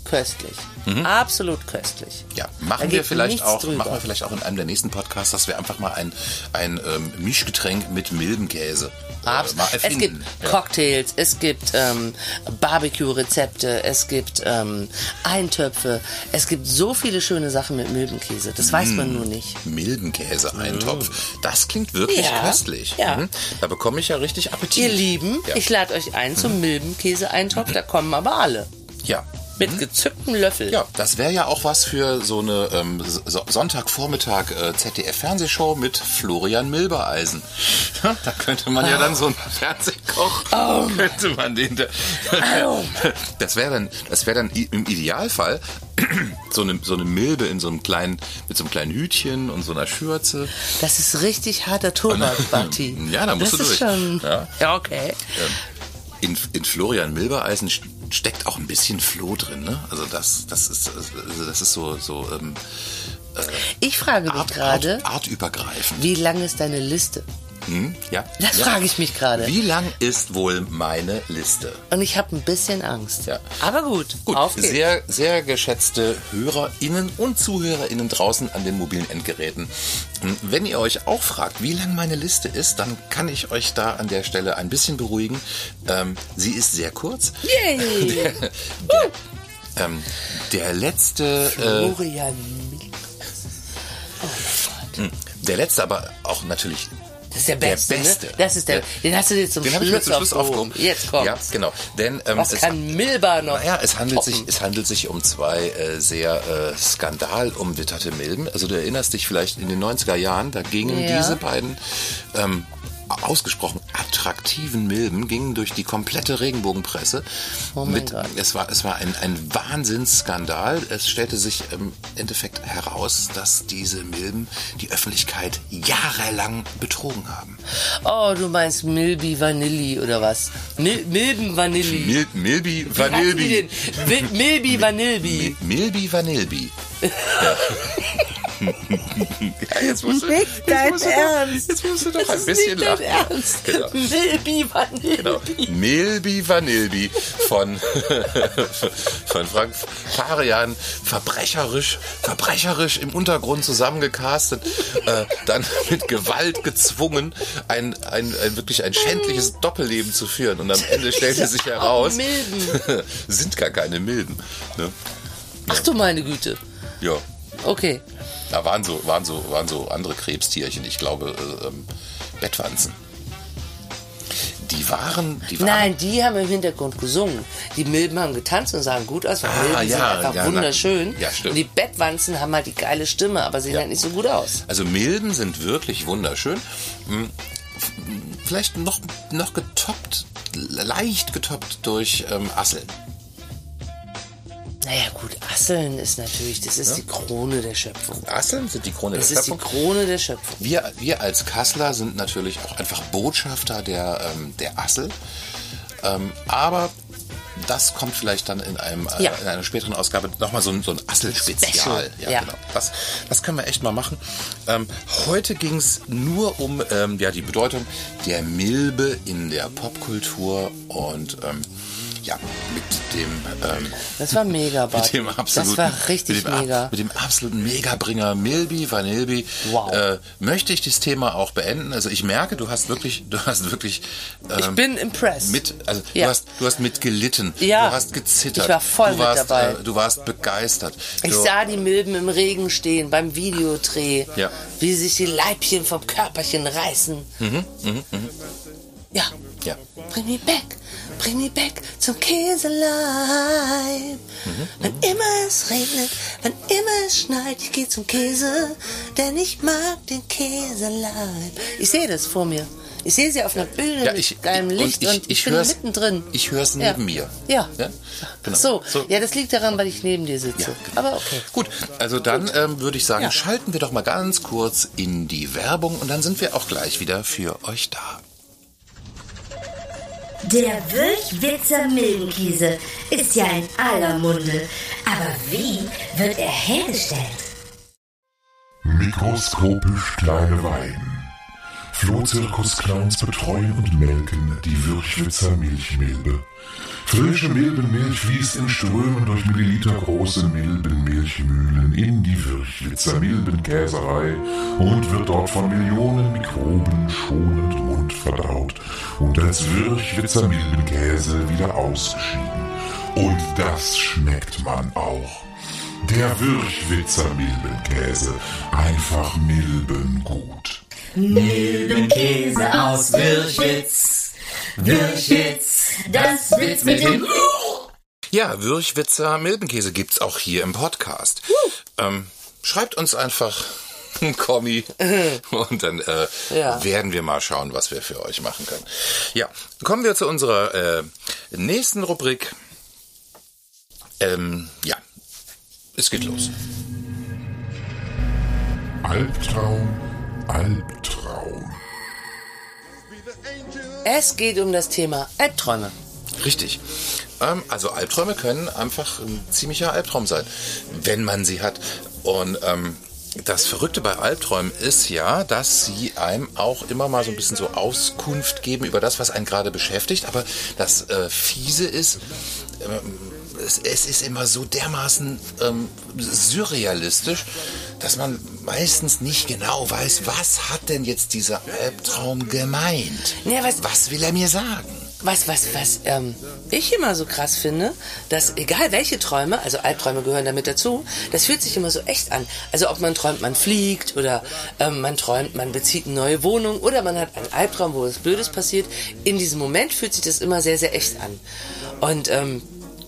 S3: köstlich. Mhm. Absolut köstlich.
S2: Ja, machen wir vielleicht auch, drüber. machen wir vielleicht auch in einem der nächsten Podcasts, dass wir einfach mal ein, ein ähm, Mischgetränk mit Milbenkäse äh, mal erfinden.
S3: Es gibt ja. Cocktails, es gibt ähm, Barbecue-Rezepte, es gibt ähm, Eintöpfe, es gibt so viele schöne Sachen mit Milbenkäse. Das mmh. weiß man nur nicht.
S2: Milbenkäse-Eintopf, mmh. das klingt wirklich
S3: ja.
S2: köstlich.
S3: Ja.
S2: Mhm. Da bekomme ich ja richtig Appetit.
S3: Ihr Lieben, ja. ich lade euch ein zum Milbenkäse-Eintopf, da kommen aber alle.
S2: Ja.
S3: Mit hm? gezücktem Löffel.
S2: Ja, das wäre ja auch was für so eine ähm, so- Sonntagvormittag äh, Z D F-Fernsehshow mit Florian Milbereisen. Ja, da könnte man oh. ja dann so einen Fernsehkoch, oh. könnte man den da, oh. das wäre dann, das wäre dann im Idealfall so eine, so eine Milbe in so einem kleinen, mit so einem kleinen Hütchen und so einer Schürze.
S3: Das ist richtig harter Tobak, Batti.
S2: Ja, da musst
S3: das
S2: du durch.
S3: Ist schon,
S2: ja.
S3: ja, okay.
S2: In, in Florian Milbereisen steckt auch ein bisschen Floh drin, ne? Also das, das ist, also das ist so, so ähm, äh,
S3: ich frage mich
S2: Art,
S3: gerade,
S2: Art, artübergreifend.
S3: Wie lang ist deine Liste?
S2: Hm? Ja.
S3: Das
S2: ja.
S3: frage ich mich gerade.
S2: Wie lang ist wohl meine Liste?
S3: Und ich habe ein bisschen Angst.
S2: Ja.
S3: Aber gut,
S2: gut.
S3: Auf geht's.
S2: Sehr, sehr geschätzte HörerInnen und ZuhörerInnen draußen an den mobilen Endgeräten. Wenn ihr euch auch fragt, wie lang meine Liste ist, dann kann ich euch da an der Stelle ein bisschen beruhigen. Ähm, sie ist sehr kurz.
S3: Yay!
S2: der, der, ähm, der letzte...
S3: Florian
S2: äh, oh Gott. Der letzte, aber auch natürlich...
S3: Das ist der Beste,
S2: der Beste.
S3: Ne? Das ist der, den hast du jetzt zum
S2: den
S3: Schluss,
S2: ich zum Schluss aufgehoben.
S3: Jetzt kommt's.
S2: Ja, genau. Denn, ähm,
S3: Was
S2: es,
S3: kann Milba noch?
S2: Naja, es handelt,
S3: toppen?
S2: sich, es handelt sich um zwei äh, sehr äh, skandalumwitterte Milben. Also du erinnerst dich vielleicht in den neunziger Jahren, da gingen
S3: ja.
S2: diese beiden ähm, ausgesprochen attraktiven Milben gingen durch die komplette Regenbogenpresse.
S3: Oh mein
S2: mit,
S3: Gott.
S2: Es war, es war ein, ein Wahnsinnsskandal. Es stellte sich im Endeffekt heraus, dass diese Milben die Öffentlichkeit jahrelang betrogen haben.
S3: Oh, du meinst Milby Vanilli oder was? Mil- Milben Vanilli.
S2: Mil- Milby Vanilbi.
S3: Mil- Milby Vanilbi.
S2: Mi- Milby Vanilbi. Ja. Ja, jetzt musst du,
S3: nicht
S2: jetzt
S3: dein
S2: musst du
S3: Ernst.
S2: Doch, jetzt musst du doch
S3: das
S2: ein
S3: ist
S2: bisschen
S3: nicht
S2: lachen.
S3: Dein Ernst.
S2: Genau.
S3: Milby Vanilbi.
S2: Genau. Milby Vanilbi von, von Frank Farian verbrecherisch, verbrecherisch im Untergrund zusammengecastet, äh, dann mit Gewalt gezwungen, ein, ein, ein wirklich ein schändliches Doppelleben zu führen. Und am Ende stellte sich heraus,
S3: Milben.
S2: sind gar keine Milben. Ne?
S3: Ach du meine Güte.
S2: Ja.
S3: Okay.
S2: Da waren so, waren so, waren so andere Krebstierchen, ich glaube, äh, ähm, Bettwanzen. Die waren, die waren...
S3: Nein, die haben im Hintergrund gesungen. Die Milben haben getanzt und sahen gut aus, weil
S2: Ah,
S3: Milben
S2: ja,
S3: sind einfach
S2: ja,
S3: wunderschön.
S2: na, ja, stimmt.
S3: Und die Bettwanzen haben halt die geile Stimme, aber sehen
S2: Ja.
S3: halt nicht so gut aus.
S2: Also Milben sind wirklich wunderschön. Hm, f- Vielleicht noch, noch getoppt, leicht getoppt durch ähm, Asseln.
S3: Naja gut, Asseln ist natürlich, das ist
S2: Ja.
S3: die Krone der Schöpfung.
S2: Asseln sind die Krone
S3: Das
S2: der
S3: ist die
S2: Schöpfung.
S3: Krone der Schöpfung.
S2: Wir, wir als Kasseler sind natürlich auch einfach Botschafter der, ähm, der Assel. Ähm, aber das kommt vielleicht dann in, einem, äh,
S3: Ja.
S2: in einer späteren Ausgabe nochmal so ein, so ein Assel-Spezial.
S3: Special, ja.
S2: Genau. Das, das können wir echt mal machen. Ähm, heute ging es nur um ähm, ja, die Bedeutung der Milbe in der Popkultur und ähm, ja, mit dem ähm,
S3: Das war mega, Bart.
S2: mit dem absoluten,
S3: Das war richtig
S2: mit dem,
S3: mega.
S2: Mit dem absoluten Megabringer Milby Vanilbi
S3: Wow.
S2: äh, möchte ich das Thema auch beenden. Also ich merke, du hast wirklich, du hast wirklich ähm,
S3: Ich bin impressed.
S2: mit, also
S3: Ja.
S2: du hast, du hast mit gelitten,
S3: Ja.
S2: du hast gezittert,
S3: Ich war voll
S2: du
S3: mit
S2: warst,
S3: dabei.
S2: Äh, du warst begeistert.
S3: Ich
S2: du,
S3: sah die Milben im Regen stehen beim Videodreh,
S2: Ja.
S3: wie sich die Leibchen vom Körperchen reißen.
S2: Mhm, mh, mh.
S3: Ja.
S2: Ja.
S3: Bring me back, bring me back zum Käseleib.
S2: Mhm,
S3: Wann immer es regnet, wann immer es schneit, ich gehe zum Käse, denn ich mag den Käseleib. Ich sehe das vor mir. Ich sehe sie auf einer Bühne
S2: Ja,
S3: mit
S2: ich-
S3: geilem
S2: und
S3: Licht
S2: ich-
S3: und ich,
S2: ich
S3: bin
S2: hör's-
S3: mittendrin.
S2: Ich höre es
S3: Ja.
S2: neben mir.
S3: Ja.
S2: Ja? Genau.
S3: So.
S2: So.
S3: ja, das liegt daran, weil ich neben dir sitze.
S2: Ja, genau.
S3: Aber okay.
S2: Gut, also dann ähm, würde ich sagen,
S3: Ja.
S2: schalten wir doch mal ganz kurz in die Werbung und dann sind wir auch gleich wieder für euch da.
S6: Der Wölchwitzer Milbenkäse ist ja in aller Munde. Aber wie wird er hergestellt?
S5: Mikroskopisch kleine Weiden. Flohzirkusclowns betreuen und melken die Würchwitzer Milchmilbe. Frische Milbenmilch fließt in Strömen durch millilitergroße Milbenmilchmühlen in die Würchwitzer Milbenkäserei und wird dort von Millionen Mikroben schonend mundverdaut und als Würchwitzer Milbenkäse wieder ausgeschieden. Und das schmeckt man auch. Der Würchwitzer Milbenkäse, einfach milbengut.
S6: Milbenkäse aus Würchwitz, Würchwitz, das Witz mit dem...
S2: Ja, Würchwitzer Milbenkäse gibt's auch hier im Podcast. Ähm, schreibt uns einfach ein Kommi und dann äh,
S3: Ja.
S2: werden wir mal schauen, was wir für euch machen können. Ja, kommen wir zu unserer äh, nächsten Rubrik. Ähm, ja, es geht los.
S5: Albtraum, Albtraum.
S3: Es geht um das Thema Albträume.
S2: Richtig. Ähm, also Albträume können einfach ein ziemlicher Albtraum sein, wenn man sie hat. Und ähm, das Verrückte bei Albträumen ist ja, dass sie einem auch immer mal so ein bisschen so Auskunft geben über das, was einen gerade beschäftigt. Aber das äh, Fiese ist, ähm, es, es ist immer so dermaßen ähm, surrealistisch, dass man meistens nicht genau weiß, was hat denn jetzt dieser Albtraum gemeint?
S3: Ja, was-
S2: was will er mir sagen?
S3: Was, was, was ähm, ich immer so krass finde, dass egal welche Träume, also Albträume gehören damit dazu, das fühlt sich immer so echt an. Also ob man träumt, man fliegt oder ähm, man träumt, man bezieht eine neue Wohnung oder man hat einen Albtraum, wo was Blödes passiert. In diesem Moment fühlt sich das immer sehr, sehr echt an. Und ähm,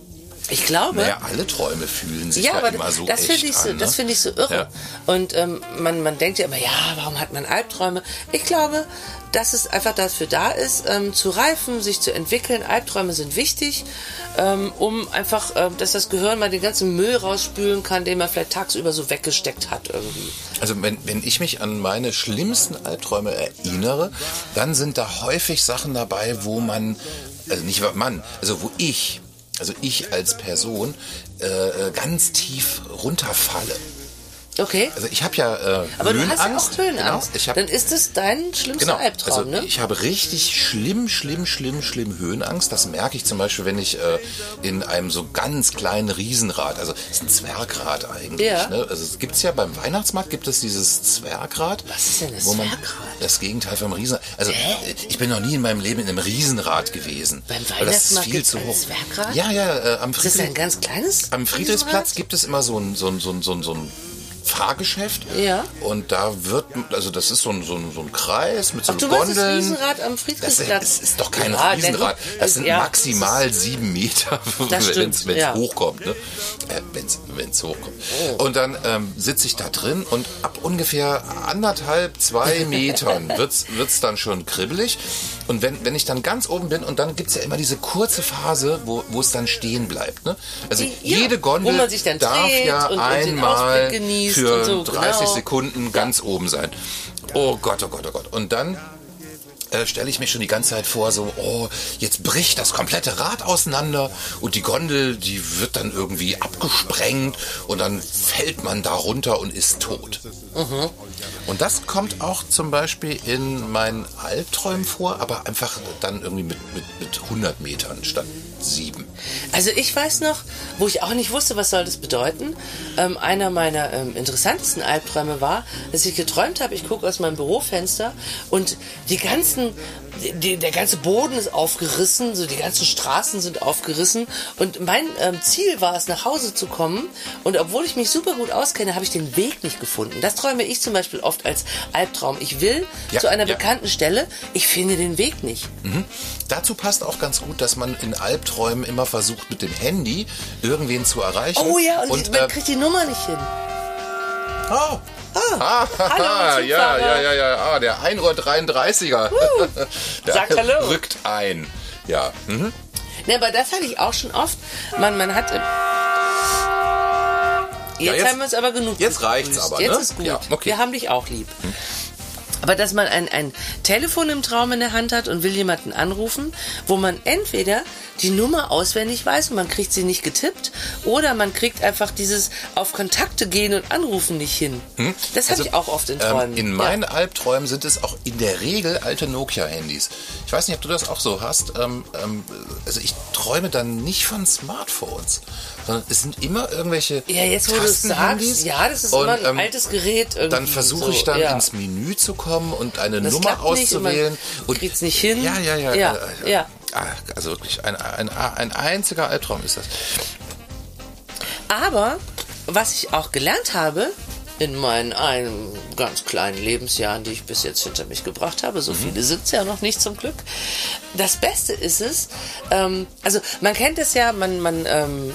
S3: ich glaube...
S2: Naja, alle Träume fühlen sich
S3: Ja,
S2: ja
S3: aber
S2: immer so
S3: das
S2: echt
S3: finde ich so,
S2: an. Ne?
S3: das finde ich so irre.
S2: Ja.
S3: Und ähm, man, man denkt ja immer, ja, warum hat man Albträume? Ich glaube, dass es einfach dafür da ist, ähm, zu reifen, sich zu entwickeln. Albträume sind wichtig, ähm, um einfach, ähm, dass das Gehirn mal den ganzen Müll rausspülen kann, den man vielleicht tagsüber so weggesteckt hat irgendwie.
S2: Also wenn, wenn ich mich an meine schlimmsten Albträume erinnere, dann sind da häufig Sachen dabei, wo man, also nicht man, also wo ich, also ich als Person äh, ganz tief runterfalle.
S3: Okay.
S2: Also ich habe ja äh,
S3: Aber du
S2: Höhenangst.
S3: hast ja auch Höhenangst.
S2: Genau, ich hab,
S3: Dann ist es dein schlimmster
S2: Genau,
S3: Albtraum,
S2: also
S3: ne?
S2: ich habe richtig schlimm, schlimm, schlimm, schlimm Höhenangst. Das merke ich zum Beispiel, wenn ich äh, in einem so ganz kleinen Riesenrad, also es ist ein Zwergrad eigentlich.
S3: Ja.
S2: Ne? Also es gibt's ja beim Weihnachtsmarkt gibt es dieses Zwergrad.
S3: Was ist denn das
S2: wo man,
S3: Zwergrad?
S2: Das Gegenteil vom Riesenrad. Also ich bin noch nie in meinem Leben in einem Riesenrad gewesen.
S3: Beim
S2: weil das ist
S3: Weihnachtsmarkt
S2: viel
S3: gibt's
S2: zu
S3: ein
S2: hoch.
S3: Zwergrad?
S2: Ja, ja, äh, am
S3: Ist das
S2: Friedrich,
S3: ein ganz kleines
S2: am Friedrichsplatz
S3: Riesenrad?
S2: gibt es immer so ein, so ein, so ein, so ein, so ein Fahrgeschäft.
S3: Ja.
S2: Und da wird, also das ist so ein, so ein, so ein Kreis mit so
S3: Ach, du
S2: Gondeln.
S3: meinst das Riesenrad am
S2: Das
S3: Friedrichsplatz?
S2: ist, ist doch kein
S3: Ja,
S2: Riesenrad.
S3: der-
S2: Das sind
S3: ja,
S2: maximal sieben Meter,
S3: Das
S2: wenn
S3: stimmt,
S2: es
S3: ja.
S2: hochkommt. Ne? Äh, wenn es hochkommt. Und dann ähm, sitze ich da drin und ab ungefähr anderthalb, zwei Metern wird's wird's dann schon kribbelig. Und wenn, wenn ich dann ganz oben bin, und dann gibt's ja immer diese kurze Phase, wo, wo es dann stehen bleibt. Ne? Also
S3: Die- ja,
S2: jede Gondel
S3: wo man sich dann
S2: darf
S3: dreht
S2: ja
S3: und- und den
S2: einmal
S3: Ausblick genießt
S2: für
S3: und so,
S2: dreißig
S3: genau.
S2: Sekunden ganz oben sein. Oh Gott, oh Gott, oh Gott. Und dann äh, stelle ich mir schon die ganze Zeit vor, so, oh, jetzt bricht das komplette Rad auseinander und die Gondel, die wird dann irgendwie abgesprengt und dann fällt man da runter und ist tot.
S3: Mhm.
S2: Und das kommt auch zum Beispiel in meinen Albträumen vor, aber einfach dann irgendwie mit, mit, mit hundert Metern statt sieben.
S3: Also ich weiß noch, wo ich auch nicht wusste, was soll das bedeuten. Ähm, einer meiner ähm, interessantesten Albträume war, dass ich geträumt habe, ich gucke aus meinem Bürofenster und die ganzen, die, der ganze Boden ist aufgerissen, so die ganzen Straßen sind aufgerissen und mein ähm, Ziel war es, nach Hause zu kommen und obwohl ich mich super gut auskenne, habe ich den Weg nicht gefunden. Das träume ich zum Beispiel oft als Albtraum. Ich will
S2: Ja,
S3: zu einer
S2: ja.
S3: bekannten Stelle, ich finde den Weg nicht.
S2: Mhm. Dazu passt auch ganz gut, dass man in Albträumen immer versucht, mit dem Handy irgendwen zu erreichen.
S3: Oh ja, und,
S2: und
S3: man
S2: äh,
S3: kriegt die Nummer nicht hin.
S2: oh. Ah,
S3: hallo,
S2: ja,
S3: Zugfahrer.
S2: ja, ja, ja, ah, der ein Uhr dreiunddreißiger. Der
S3: Sagt hallo.
S2: rückt ein. Ja. Mhm.
S3: Ne, aber das hatte ich auch schon oft. Man, man hat. Jetzt,
S2: Ja, jetzt-
S3: haben wir es aber genug.
S2: jetzt reicht's
S3: begrüßt.
S2: aber,
S3: Jetzt
S2: ne?
S3: ist gut.
S2: Ja, okay.
S3: Wir haben dich auch lieb. Aber dass man ein, ein Telefon im Traum in der Hand hat und will jemanden anrufen, wo man entweder die Nummer auswendig weiß und man kriegt sie nicht getippt, oder man kriegt einfach dieses auf Kontakte gehen und anrufen nicht hin. Hm? Das habe also, ich auch oft in Träumen.
S2: Ähm, in meinen ja. Albträumen sind es auch in der Regel alte Nokia-Handys. Ich weiß nicht, ob du das auch so hast. Ähm, ähm, also ich träume dann nicht von Smartphones, sondern es sind immer irgendwelche
S3: ja, jetzt, wo du es sagst, ja, das ist und, immer ein ähm, altes Gerät. Irgendwie
S2: dann versuche
S3: so,
S2: ich dann
S3: ja.
S2: ins Menü zu kommen und eine
S3: das
S2: Nummer auszuwählen.
S3: Und man kriegt es nicht hin.
S2: Ja, ja, ja.
S3: ja,
S2: äh,
S3: ja.
S2: Also wirklich ein, ein, ein einziger Albtraum ist das.
S3: Aber was ich auch gelernt habe in meinen ein, ganz kleinen Lebensjahren, die ich bis jetzt hinter mich gebracht habe, so mhm. viele sind es ja noch nicht zum Glück. Das Beste ist es, ähm, also man kennt es ja, man, man ähm,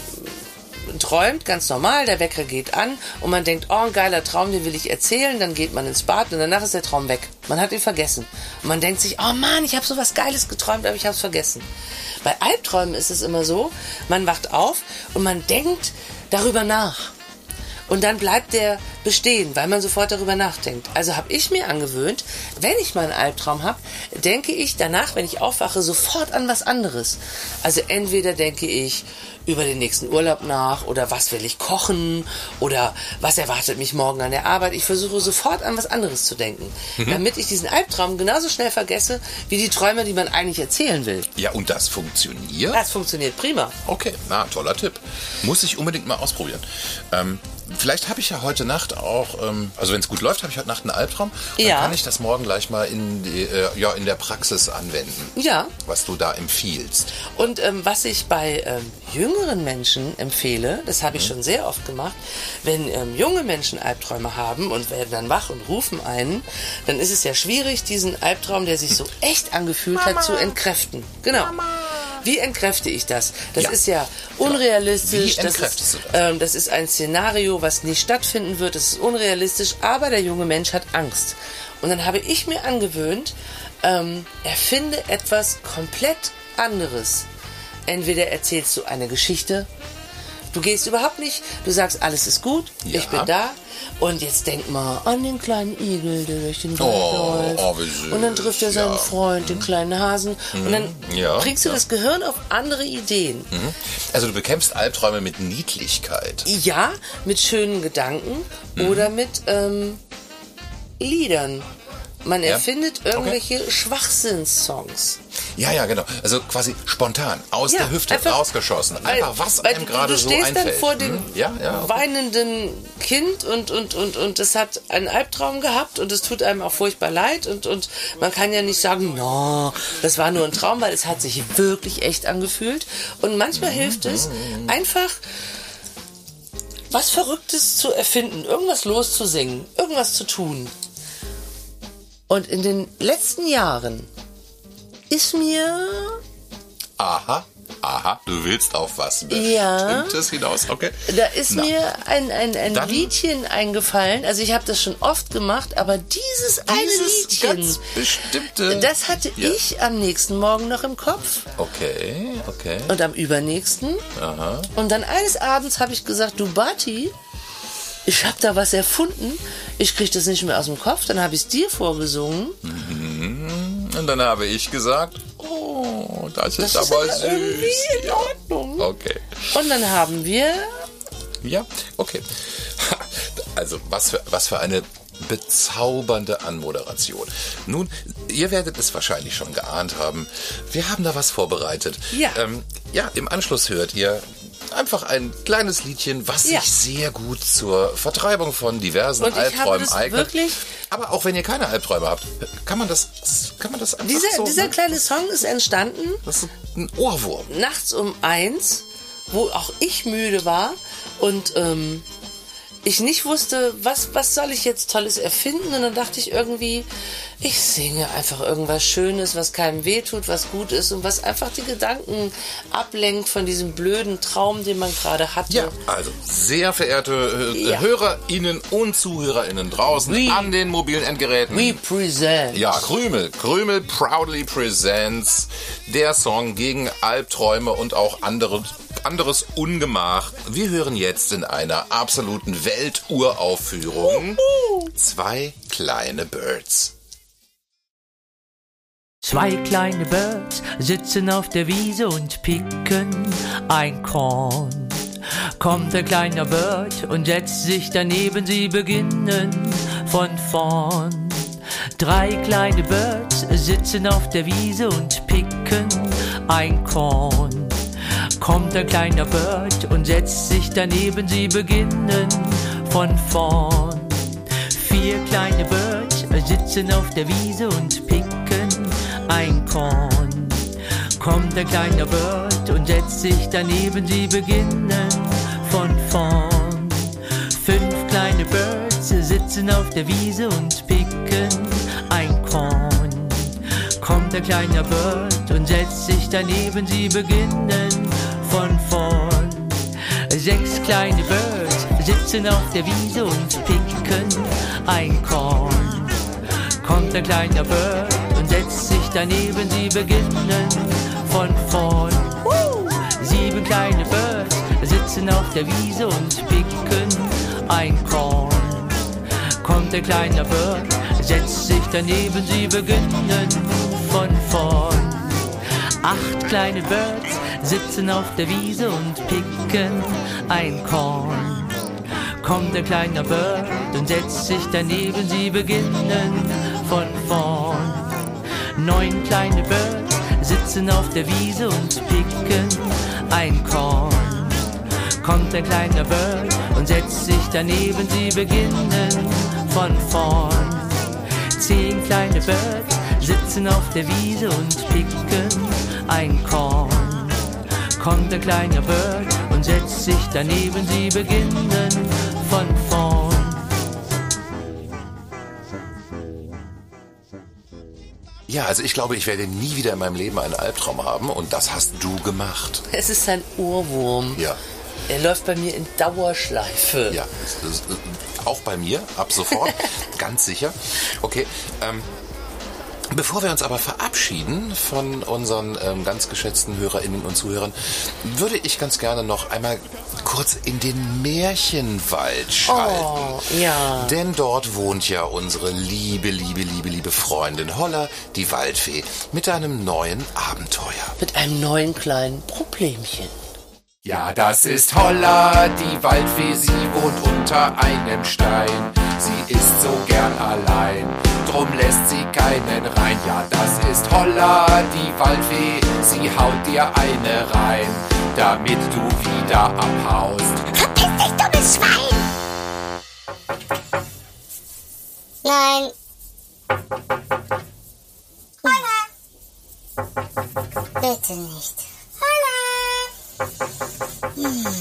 S3: träumt ganz normal, der Wecker geht an und man denkt, oh, ein geiler Traum, den will ich erzählen, dann geht man ins Bad und danach ist der Traum weg. Man hat ihn vergessen. Und man denkt sich, oh Mann, ich habe so was Geiles geträumt, aber ich habe es vergessen. Bei Albträumen ist es immer so, man wacht auf und man denkt darüber nach. Und dann bleibt der bestehen, weil man sofort darüber nachdenkt. Also habe ich mir angewöhnt, wenn ich mal einen Albtraum habe, denke ich danach, wenn ich aufwache, sofort an was anderes. Also entweder denke ich über den nächsten Urlaub nach oder was will ich kochen oder was erwartet mich morgen an der Arbeit. Ich versuche sofort an was anderes zu denken, mhm. damit ich diesen Albtraum genauso schnell vergesse, wie die Träume, die man eigentlich erzählen will.
S2: Ja, und das funktioniert?
S3: Das funktioniert prima.
S2: Okay, na, toller Tipp. Muss ich unbedingt mal ausprobieren. Ähm, vielleicht habe ich ja heute Nacht auch, ähm, also wenn es gut läuft, habe ich heute Nacht einen Albtraum. Dann ja. kann ich das morgen gleich mal in, die, äh, ja, in der Praxis anwenden.
S3: Ja.
S2: Was du da empfiehlst.
S3: Und ähm, was ich bei ähm, jüngeren Menschen empfehle, das habe ich mhm. schon sehr oft gemacht, wenn ähm, junge Menschen Albträume haben und werden dann wach und rufen einen, dann ist es ja schwierig, diesen Albtraum, der sich so echt angefühlt Mama. hat, zu entkräften. Genau. Mama. Wie entkräfte ich das? Das ja. ist ja unrealistisch.
S2: Wie entkräftest
S3: das ist,
S2: du das?
S3: Ähm, das ist ein Szenario, was nicht stattfinden wird. Das ist unrealistisch, aber der junge Mensch hat Angst. Und dann habe ich mir angewöhnt, ähm, erfinde etwas komplett anderes. Entweder erzählst du eine Geschichte, du gehst überhaupt nicht, du sagst, alles ist gut, ja. ich bin da. Und jetzt denk mal an den kleinen Igel, der durch den Wald
S2: oh,
S3: läuft.
S2: Oh, wie süß.
S3: Und dann trifft er seinen
S2: ja.
S3: Freund, den kleinen Hasen. Mhm. Und dann
S2: ja,
S3: bringst du
S2: ja.
S3: das Gehirn auf andere Ideen.
S2: Mhm. Also du bekämpfst Albträume mit Niedlichkeit.
S3: Ja, mit schönen Gedanken mhm. oder mit ähm, Liedern. Man ja. erfindet irgendwelche okay. Schwachsinnssongs.
S2: Ja, ja, genau. Also quasi spontan, aus ja, der Hüfte einfach, rausgeschossen. Einfach, was
S3: weil,
S2: einem gerade so
S3: Du
S2: einfällt.
S3: stehst dann vor dem
S2: hm? ja, ja, okay.
S3: weinenden Kind und, und, und, und es hat einen Albtraum gehabt und es tut einem auch furchtbar leid und, und man kann ja nicht sagen, no, das war nur ein Traum, weil es hat sich wirklich echt angefühlt. Und manchmal mhm. hilft es, einfach was Verrücktes zu erfinden, irgendwas loszusingen, irgendwas zu tun. Und in den letzten Jahren ist mir...
S2: Aha, aha, du willst auf was
S3: ja,
S2: Bestimmtes hinaus, okay.
S3: Da ist Na. mir ein, ein, ein
S2: Dann,
S3: Liedchen eingefallen, also ich habe das schon oft gemacht, aber dieses, dieses eine Liedchen,
S2: ganz bestimmte,
S3: das hatte ja. ich am nächsten Morgen noch im Kopf.
S2: Okay, okay.
S3: Und am übernächsten.
S2: Aha.
S3: Und dann eines Abends habe ich gesagt, du Bati, ich habe da was erfunden, ich kriege das nicht mehr aus dem Kopf, dann habe ich es dir vorgesungen.
S2: Mhm. Und dann habe ich gesagt, oh, das, das ist aber
S3: ist
S2: süß.
S3: Irgendwie in Ordnung.
S2: Ja. Okay.
S3: Und dann haben wir...
S2: Ja, okay. Also, was für, was für eine bezaubernde Anmoderation. Nun, ihr werdet es wahrscheinlich schon geahnt haben, wir haben da was vorbereitet.
S3: Ja.
S2: Ähm, ja, im Anschluss hört ihr einfach ein kleines Liedchen, was
S3: ja.
S2: sich sehr gut zur Vertreibung von diversen
S3: und
S2: Albträumen eignet.
S3: Wirklich
S2: Aber auch wenn ihr keine Albträume habt, kann man das, kann man das einfach
S3: dieser,
S2: so...
S3: Dieser
S2: ne?
S3: kleine Song ist entstanden...
S2: Das ist ein Ohrwurm.
S3: Nachts um eins, wo auch ich müde war und ähm, ich nicht wusste, was, was soll ich jetzt Tolles erfinden. Und dann dachte ich irgendwie, ich singe einfach irgendwas Schönes, was keinem wehtut, was gut ist und was einfach die Gedanken ablenkt von diesem blöden Traum, den man gerade hatte.
S2: Ja, also sehr verehrte äh,
S3: ja.
S2: HörerInnen und ZuhörerInnen draußen
S3: We,
S2: an den mobilen Endgeräten.
S3: We present.
S2: Ja, Krümel. Krümel proudly presents der Song gegen Albträume und auch andere anderes Ungemach. Wir hören jetzt in einer absoluten Welturaufführung zwei kleine Birds.
S7: Zwei kleine Birds sitzen auf der Wiese und picken ein Korn. Kommt ein kleiner Bird und setzt sich daneben, sie beginnen von vorn. Drei kleine Birds sitzen auf der Wiese und picken ein Korn. Kommt ein kleiner Bird und setzt sich daneben, sie beginnen von vorn. Vier kleine Birds sitzen auf der Wiese und picken ein Korn. Kommt ein kleiner Bird und setzt sich daneben, sie beginnen von vorn. Fünf kleine Birds sitzen auf der Wiese und picken ein Korn. Kommt ein kleiner Bird und setzt sich daneben, sie beginnen von vorn. Sechs kleine Birds sitzen auf der Wiese und picken ein Korn. Kommt ein kleiner Bird und setzt sich daneben, sie beginnen von vorn. Sieben kleine Birds sitzen auf der Wiese und picken ein Korn. Kommt ein kleiner Bird, setzt sich daneben, sie beginnen von vorn. Acht kleine Birds sitzen auf der Wiese und picken ein Korn. Kommt ein kleiner Bird und setzt sich daneben, sie beginnen von vorn. Neun kleine Birds sitzen auf der Wiese und picken ein Korn. Kommt ein kleiner Bird und setzt sich daneben, sie beginnen von vorn. Zehn kleine Birds sitzen auf der Wiese und picken ein Korn. Kommt ein kleiner Bird und setzt sich daneben, sie beginnen von vorn.
S2: Ja, also ich glaube, ich werde nie wieder in meinem Leben einen Albtraum haben und das hast du gemacht.
S3: Es ist ein Ohrwurm.
S2: Ja.
S3: Er läuft bei mir in Dauerschleife.
S2: Ja, das ist, auch bei mir, ab sofort, ganz sicher. Okay, ähm, bevor wir uns aber verabschieden von unseren ähm, ganz geschätzten HörerInnen und Zuhörern, würde ich ganz gerne noch einmal kurz in den Märchenwald schalten.
S3: Oh, ja.
S2: Denn dort wohnt ja unsere liebe, liebe, liebe, liebe Freundin Holla, die Waldfee, mit einem neuen Abenteuer.
S3: Mit einem neuen kleinen Problemchen.
S1: Ja, das ist Holla, die Waldfee, sie wohnt unter einem Stein. Sie ist so gern allein, drum lässt sie keinen rein. Ja, das ist Holla, die Waldfee, sie haut dir eine rein, damit du wieder abhaust.
S6: Verpiss dich, dummes Schwein! Nein. Holla! Bitte nicht. Holla! Hm.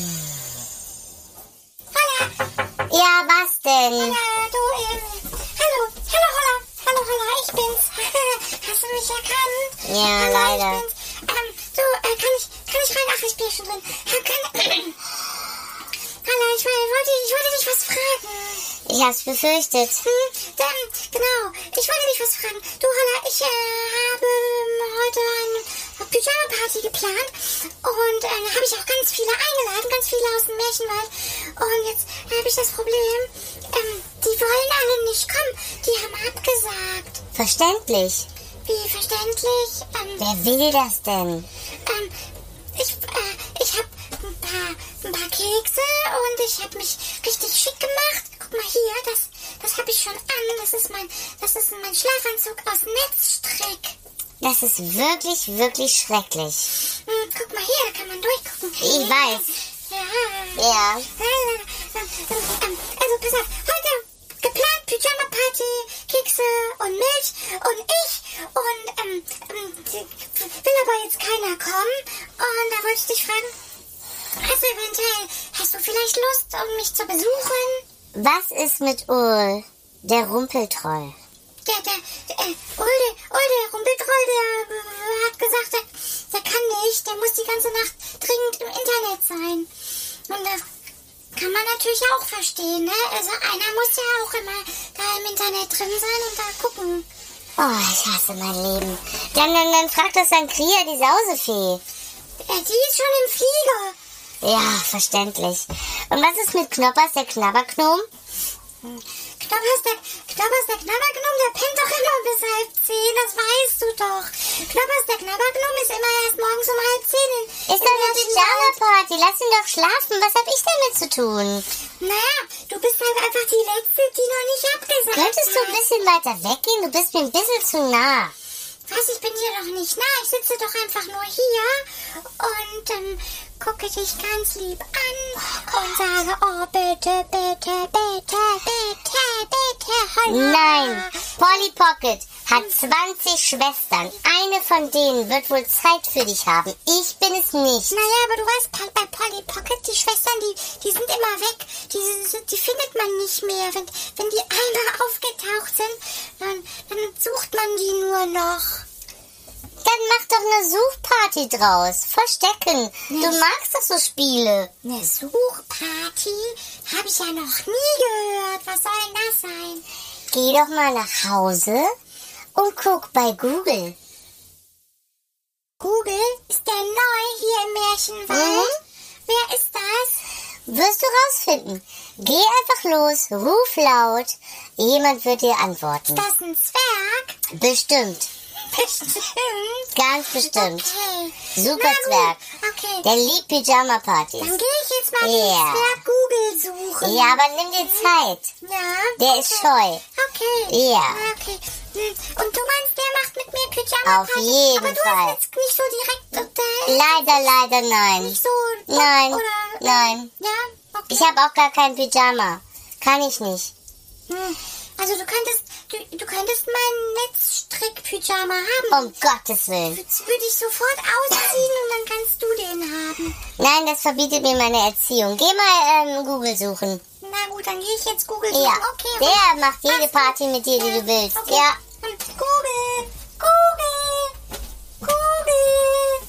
S6: Holla! Ja, was denn? Holla, du, ähm, hallo, hallo, Holla, hallo, Holla, ich bin's. Hast du mich erkannt? Ja, hallo, leider. Ich bin's. Ähm, du, äh, kann ich, kann ich rein? Ach, ich bin schon drin. Kann, Holla, ich wollte, ich wollte dich was fragen. Ich hab's befürchtet. Hm, dann, genau, ich wollte dich was fragen. Du, Holla, ich, äh, habe heute eine Pyjama-Party geplant und äh, da habe ich auch ganz viele eingeladen, ganz viele aus dem Märchenwald. Und jetzt habe ich das Problem, ähm, die wollen alle nicht kommen. Die haben abgesagt. Verständlich. Wie verständlich? Ähm, Wer will das denn? Ähm, ich, äh, ich habe ein paar, ein paar Kekse und ich habe mich richtig schick gemacht. Guck mal hier, das, das habe ich schon an. Das ist mein, das ist mein Schlafanzug aus Netzstrick. Das ist wirklich, wirklich schrecklich. Hm, guck mal hier, da kann man durchgucken. Ich weiß. Ja. Ja. Also pass auf, heute geplant Pyjama-Party, Kekse und Milch und ich und ähm, ähm, will aber jetzt keiner kommen. Und da wollte ich dich fragen, hast du eventuell, hast du vielleicht Lust, um mich zu besuchen? Was ist mit Ul, der Rumpeltroll? Der, der, der, äh, Ulde, Ulde, Rumpeltroll, der äh, hat gesagt, der, der kann nicht, der muss die ganze Nacht dringend im Internet sein. Und das kann man natürlich auch verstehen, ne? Also einer muss ja auch immer da im Internet drin sein und da gucken. Oh, ich hasse mein Leben. Dann, dann, dann fragt das dann Kria, die Sausefee. Ja, die ist schon im Flieger. Ja, verständlich. Und was ist mit Knoppers, der Knabbergnom? Hm. Knoppers, der, Knoppers, der Knabbergnom, der pennt doch immer bis halb zehn, das weißt du doch. Knoppers, der Knabbergnum ist immer erst morgens um halb zehn.
S8: Ist doch eine Pyjama-Party. Lass ihn doch schlafen. Was hab ich damit zu tun?
S6: Naja, du bist halt einfach die Letzte, die noch nicht abgesagt hat.
S8: Könntest du ein bisschen weiter weggehen? Du bist mir ein bisschen zu nah.
S6: Was, ich bin hier doch nicht nah. Ich sitze doch einfach nur hier und ähm, gucke dich ganz lieb an und sage, oh, bitte, bitte, bitte, bitte, bitte, Holla.
S8: Nein, Polly Pocket hat zwanzig Schwestern. Eine von denen wird wohl Zeit für dich haben. Ich bin es nicht.
S6: Naja, aber du weißt, bei Polly Pocket, die Schwestern, die, die sind immer weg. Die, die findet man nicht mehr. Wenn, wenn die einmal aufgetaucht sind, dann, dann sucht man die nur noch.
S8: Dann mach doch eine Suchparty draus. Verstecken. Du magst doch so Spiele.
S6: Eine Suchparty? Habe ich ja noch nie gehört. Was soll denn das sein?
S8: Geh doch mal nach Hause und guck bei Google.
S6: Google? Ist der neu hier im Märchenwald?
S8: Mhm.
S6: Wer ist das?
S8: Wirst du rausfinden. Geh einfach los, ruf laut. Jemand wird dir antworten.
S6: Ist das ein Zwerg?
S8: Bestimmt.
S6: Bestimmt.
S8: Ganz bestimmt.
S6: Okay.
S8: Super Zwerg.
S6: Okay.
S8: Der liebt Pyjama-Partys.
S6: Dann gehe ich jetzt mal
S8: Ja.
S6: den Zwerg Google suchen.
S8: Ja, aber nimm dir Zeit.
S6: Ja.
S8: Der
S6: okay.
S8: ist scheu.
S6: Okay.
S8: Ja.
S6: Okay. Hm. Und du meinst, der macht mit mir Pyjama-Party?
S8: Auf jeden
S6: aber du
S8: Fall.
S6: hast jetzt nicht so direkt... Äh,
S8: Leider, leider nein.
S6: Nicht so...
S8: Nein,
S6: oder,
S8: nein.
S6: Ja, okay.
S8: Ich habe auch gar kein Pyjama. Kann ich nicht.
S6: Hm. Also du könntest... Du, du könntest meinen Netzstrick-Pyjama haben.
S8: Um Gottes Willen.
S6: Das würde ich sofort ausziehen und dann kannst du den haben.
S8: Nein, das verbietet mir meine Erziehung. Geh mal ähm, Google suchen.
S6: Na gut, dann gehe ich jetzt Google suchen.
S8: Ja,
S6: Okay.
S8: der macht jede Party mit dir, die du willst.
S6: Okay.
S8: Ja.
S6: Hm, Google, Google, Google,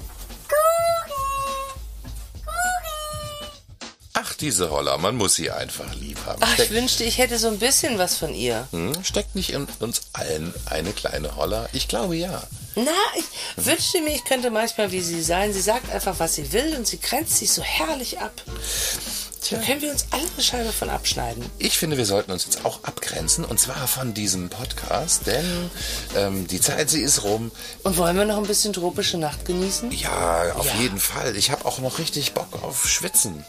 S6: Google, Google.
S2: Ach, diese Holla, man muss sie einfach lieb haben.
S3: Ach, ich
S2: Steckt,
S3: wünschte, ich hätte so ein bisschen was von ihr.
S2: hm, steckt nicht in uns allen eine kleine Holla? Ich glaube ja.
S3: Na, ich wünschte mir, ich könnte manchmal wie sie sein. Sie sagt einfach, was sie will und sie grenzt sich so herrlich ab.
S2: Tja.
S3: Da können wir uns alle eine Scheibe von abschneiden.
S2: Ich finde, wir sollten uns jetzt auch abgrenzen, und zwar von diesem Podcast, denn ähm, die Zeit, sie ist rum.
S3: Und wollen wir noch ein bisschen tropische Nacht genießen?
S2: Ja, auf
S3: Ja.
S2: jeden Fall. Ich habe auch noch richtig Bock auf Schwitzen.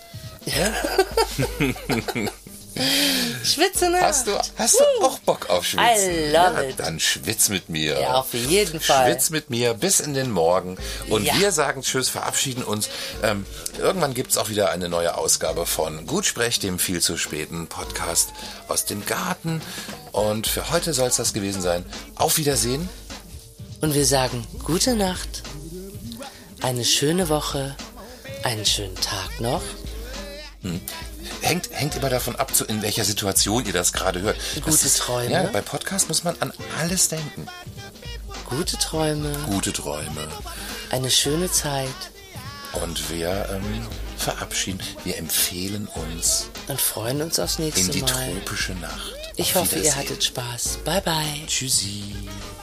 S3: Schwitze Nacht.
S2: Hast du, hast du auch Bock auf Schwitzen?
S3: I love
S2: ja,
S3: it.
S2: Dann schwitz mit mir.
S3: Ja, auf jeden Fall.
S2: Schwitz mit mir bis in den Morgen. Und
S3: Ja.
S2: wir sagen Tschüss, verabschieden uns. Ähm, irgendwann gibt's auch wieder eine neue Ausgabe von Gutsprech, dem viel zu späten Podcast aus dem Garten. Und für heute soll es das gewesen sein. Auf Wiedersehen.
S3: Und wir sagen gute Nacht, eine schöne Woche, einen schönen Tag noch.
S2: Hm. Hängt, hängt immer davon ab, zu, in welcher Situation ihr das gerade hört.
S3: Gute
S2: Das ist,
S3: Träume.
S2: Ja, bei Podcast muss man an alles denken.
S3: Gute Träume,
S2: Gute Träume.
S3: eine schöne Zeit
S2: Und wir ähm, verabschieden, wir empfehlen uns
S3: und freuen uns aufs
S2: in
S3: nächste
S2: die
S3: Mal.
S2: tropische Nacht.
S3: Ich
S2: Auf
S3: hoffe, ihr
S2: Wiedersehen.
S3: hattet Spaß. Bye, bye.
S2: Tschüssi.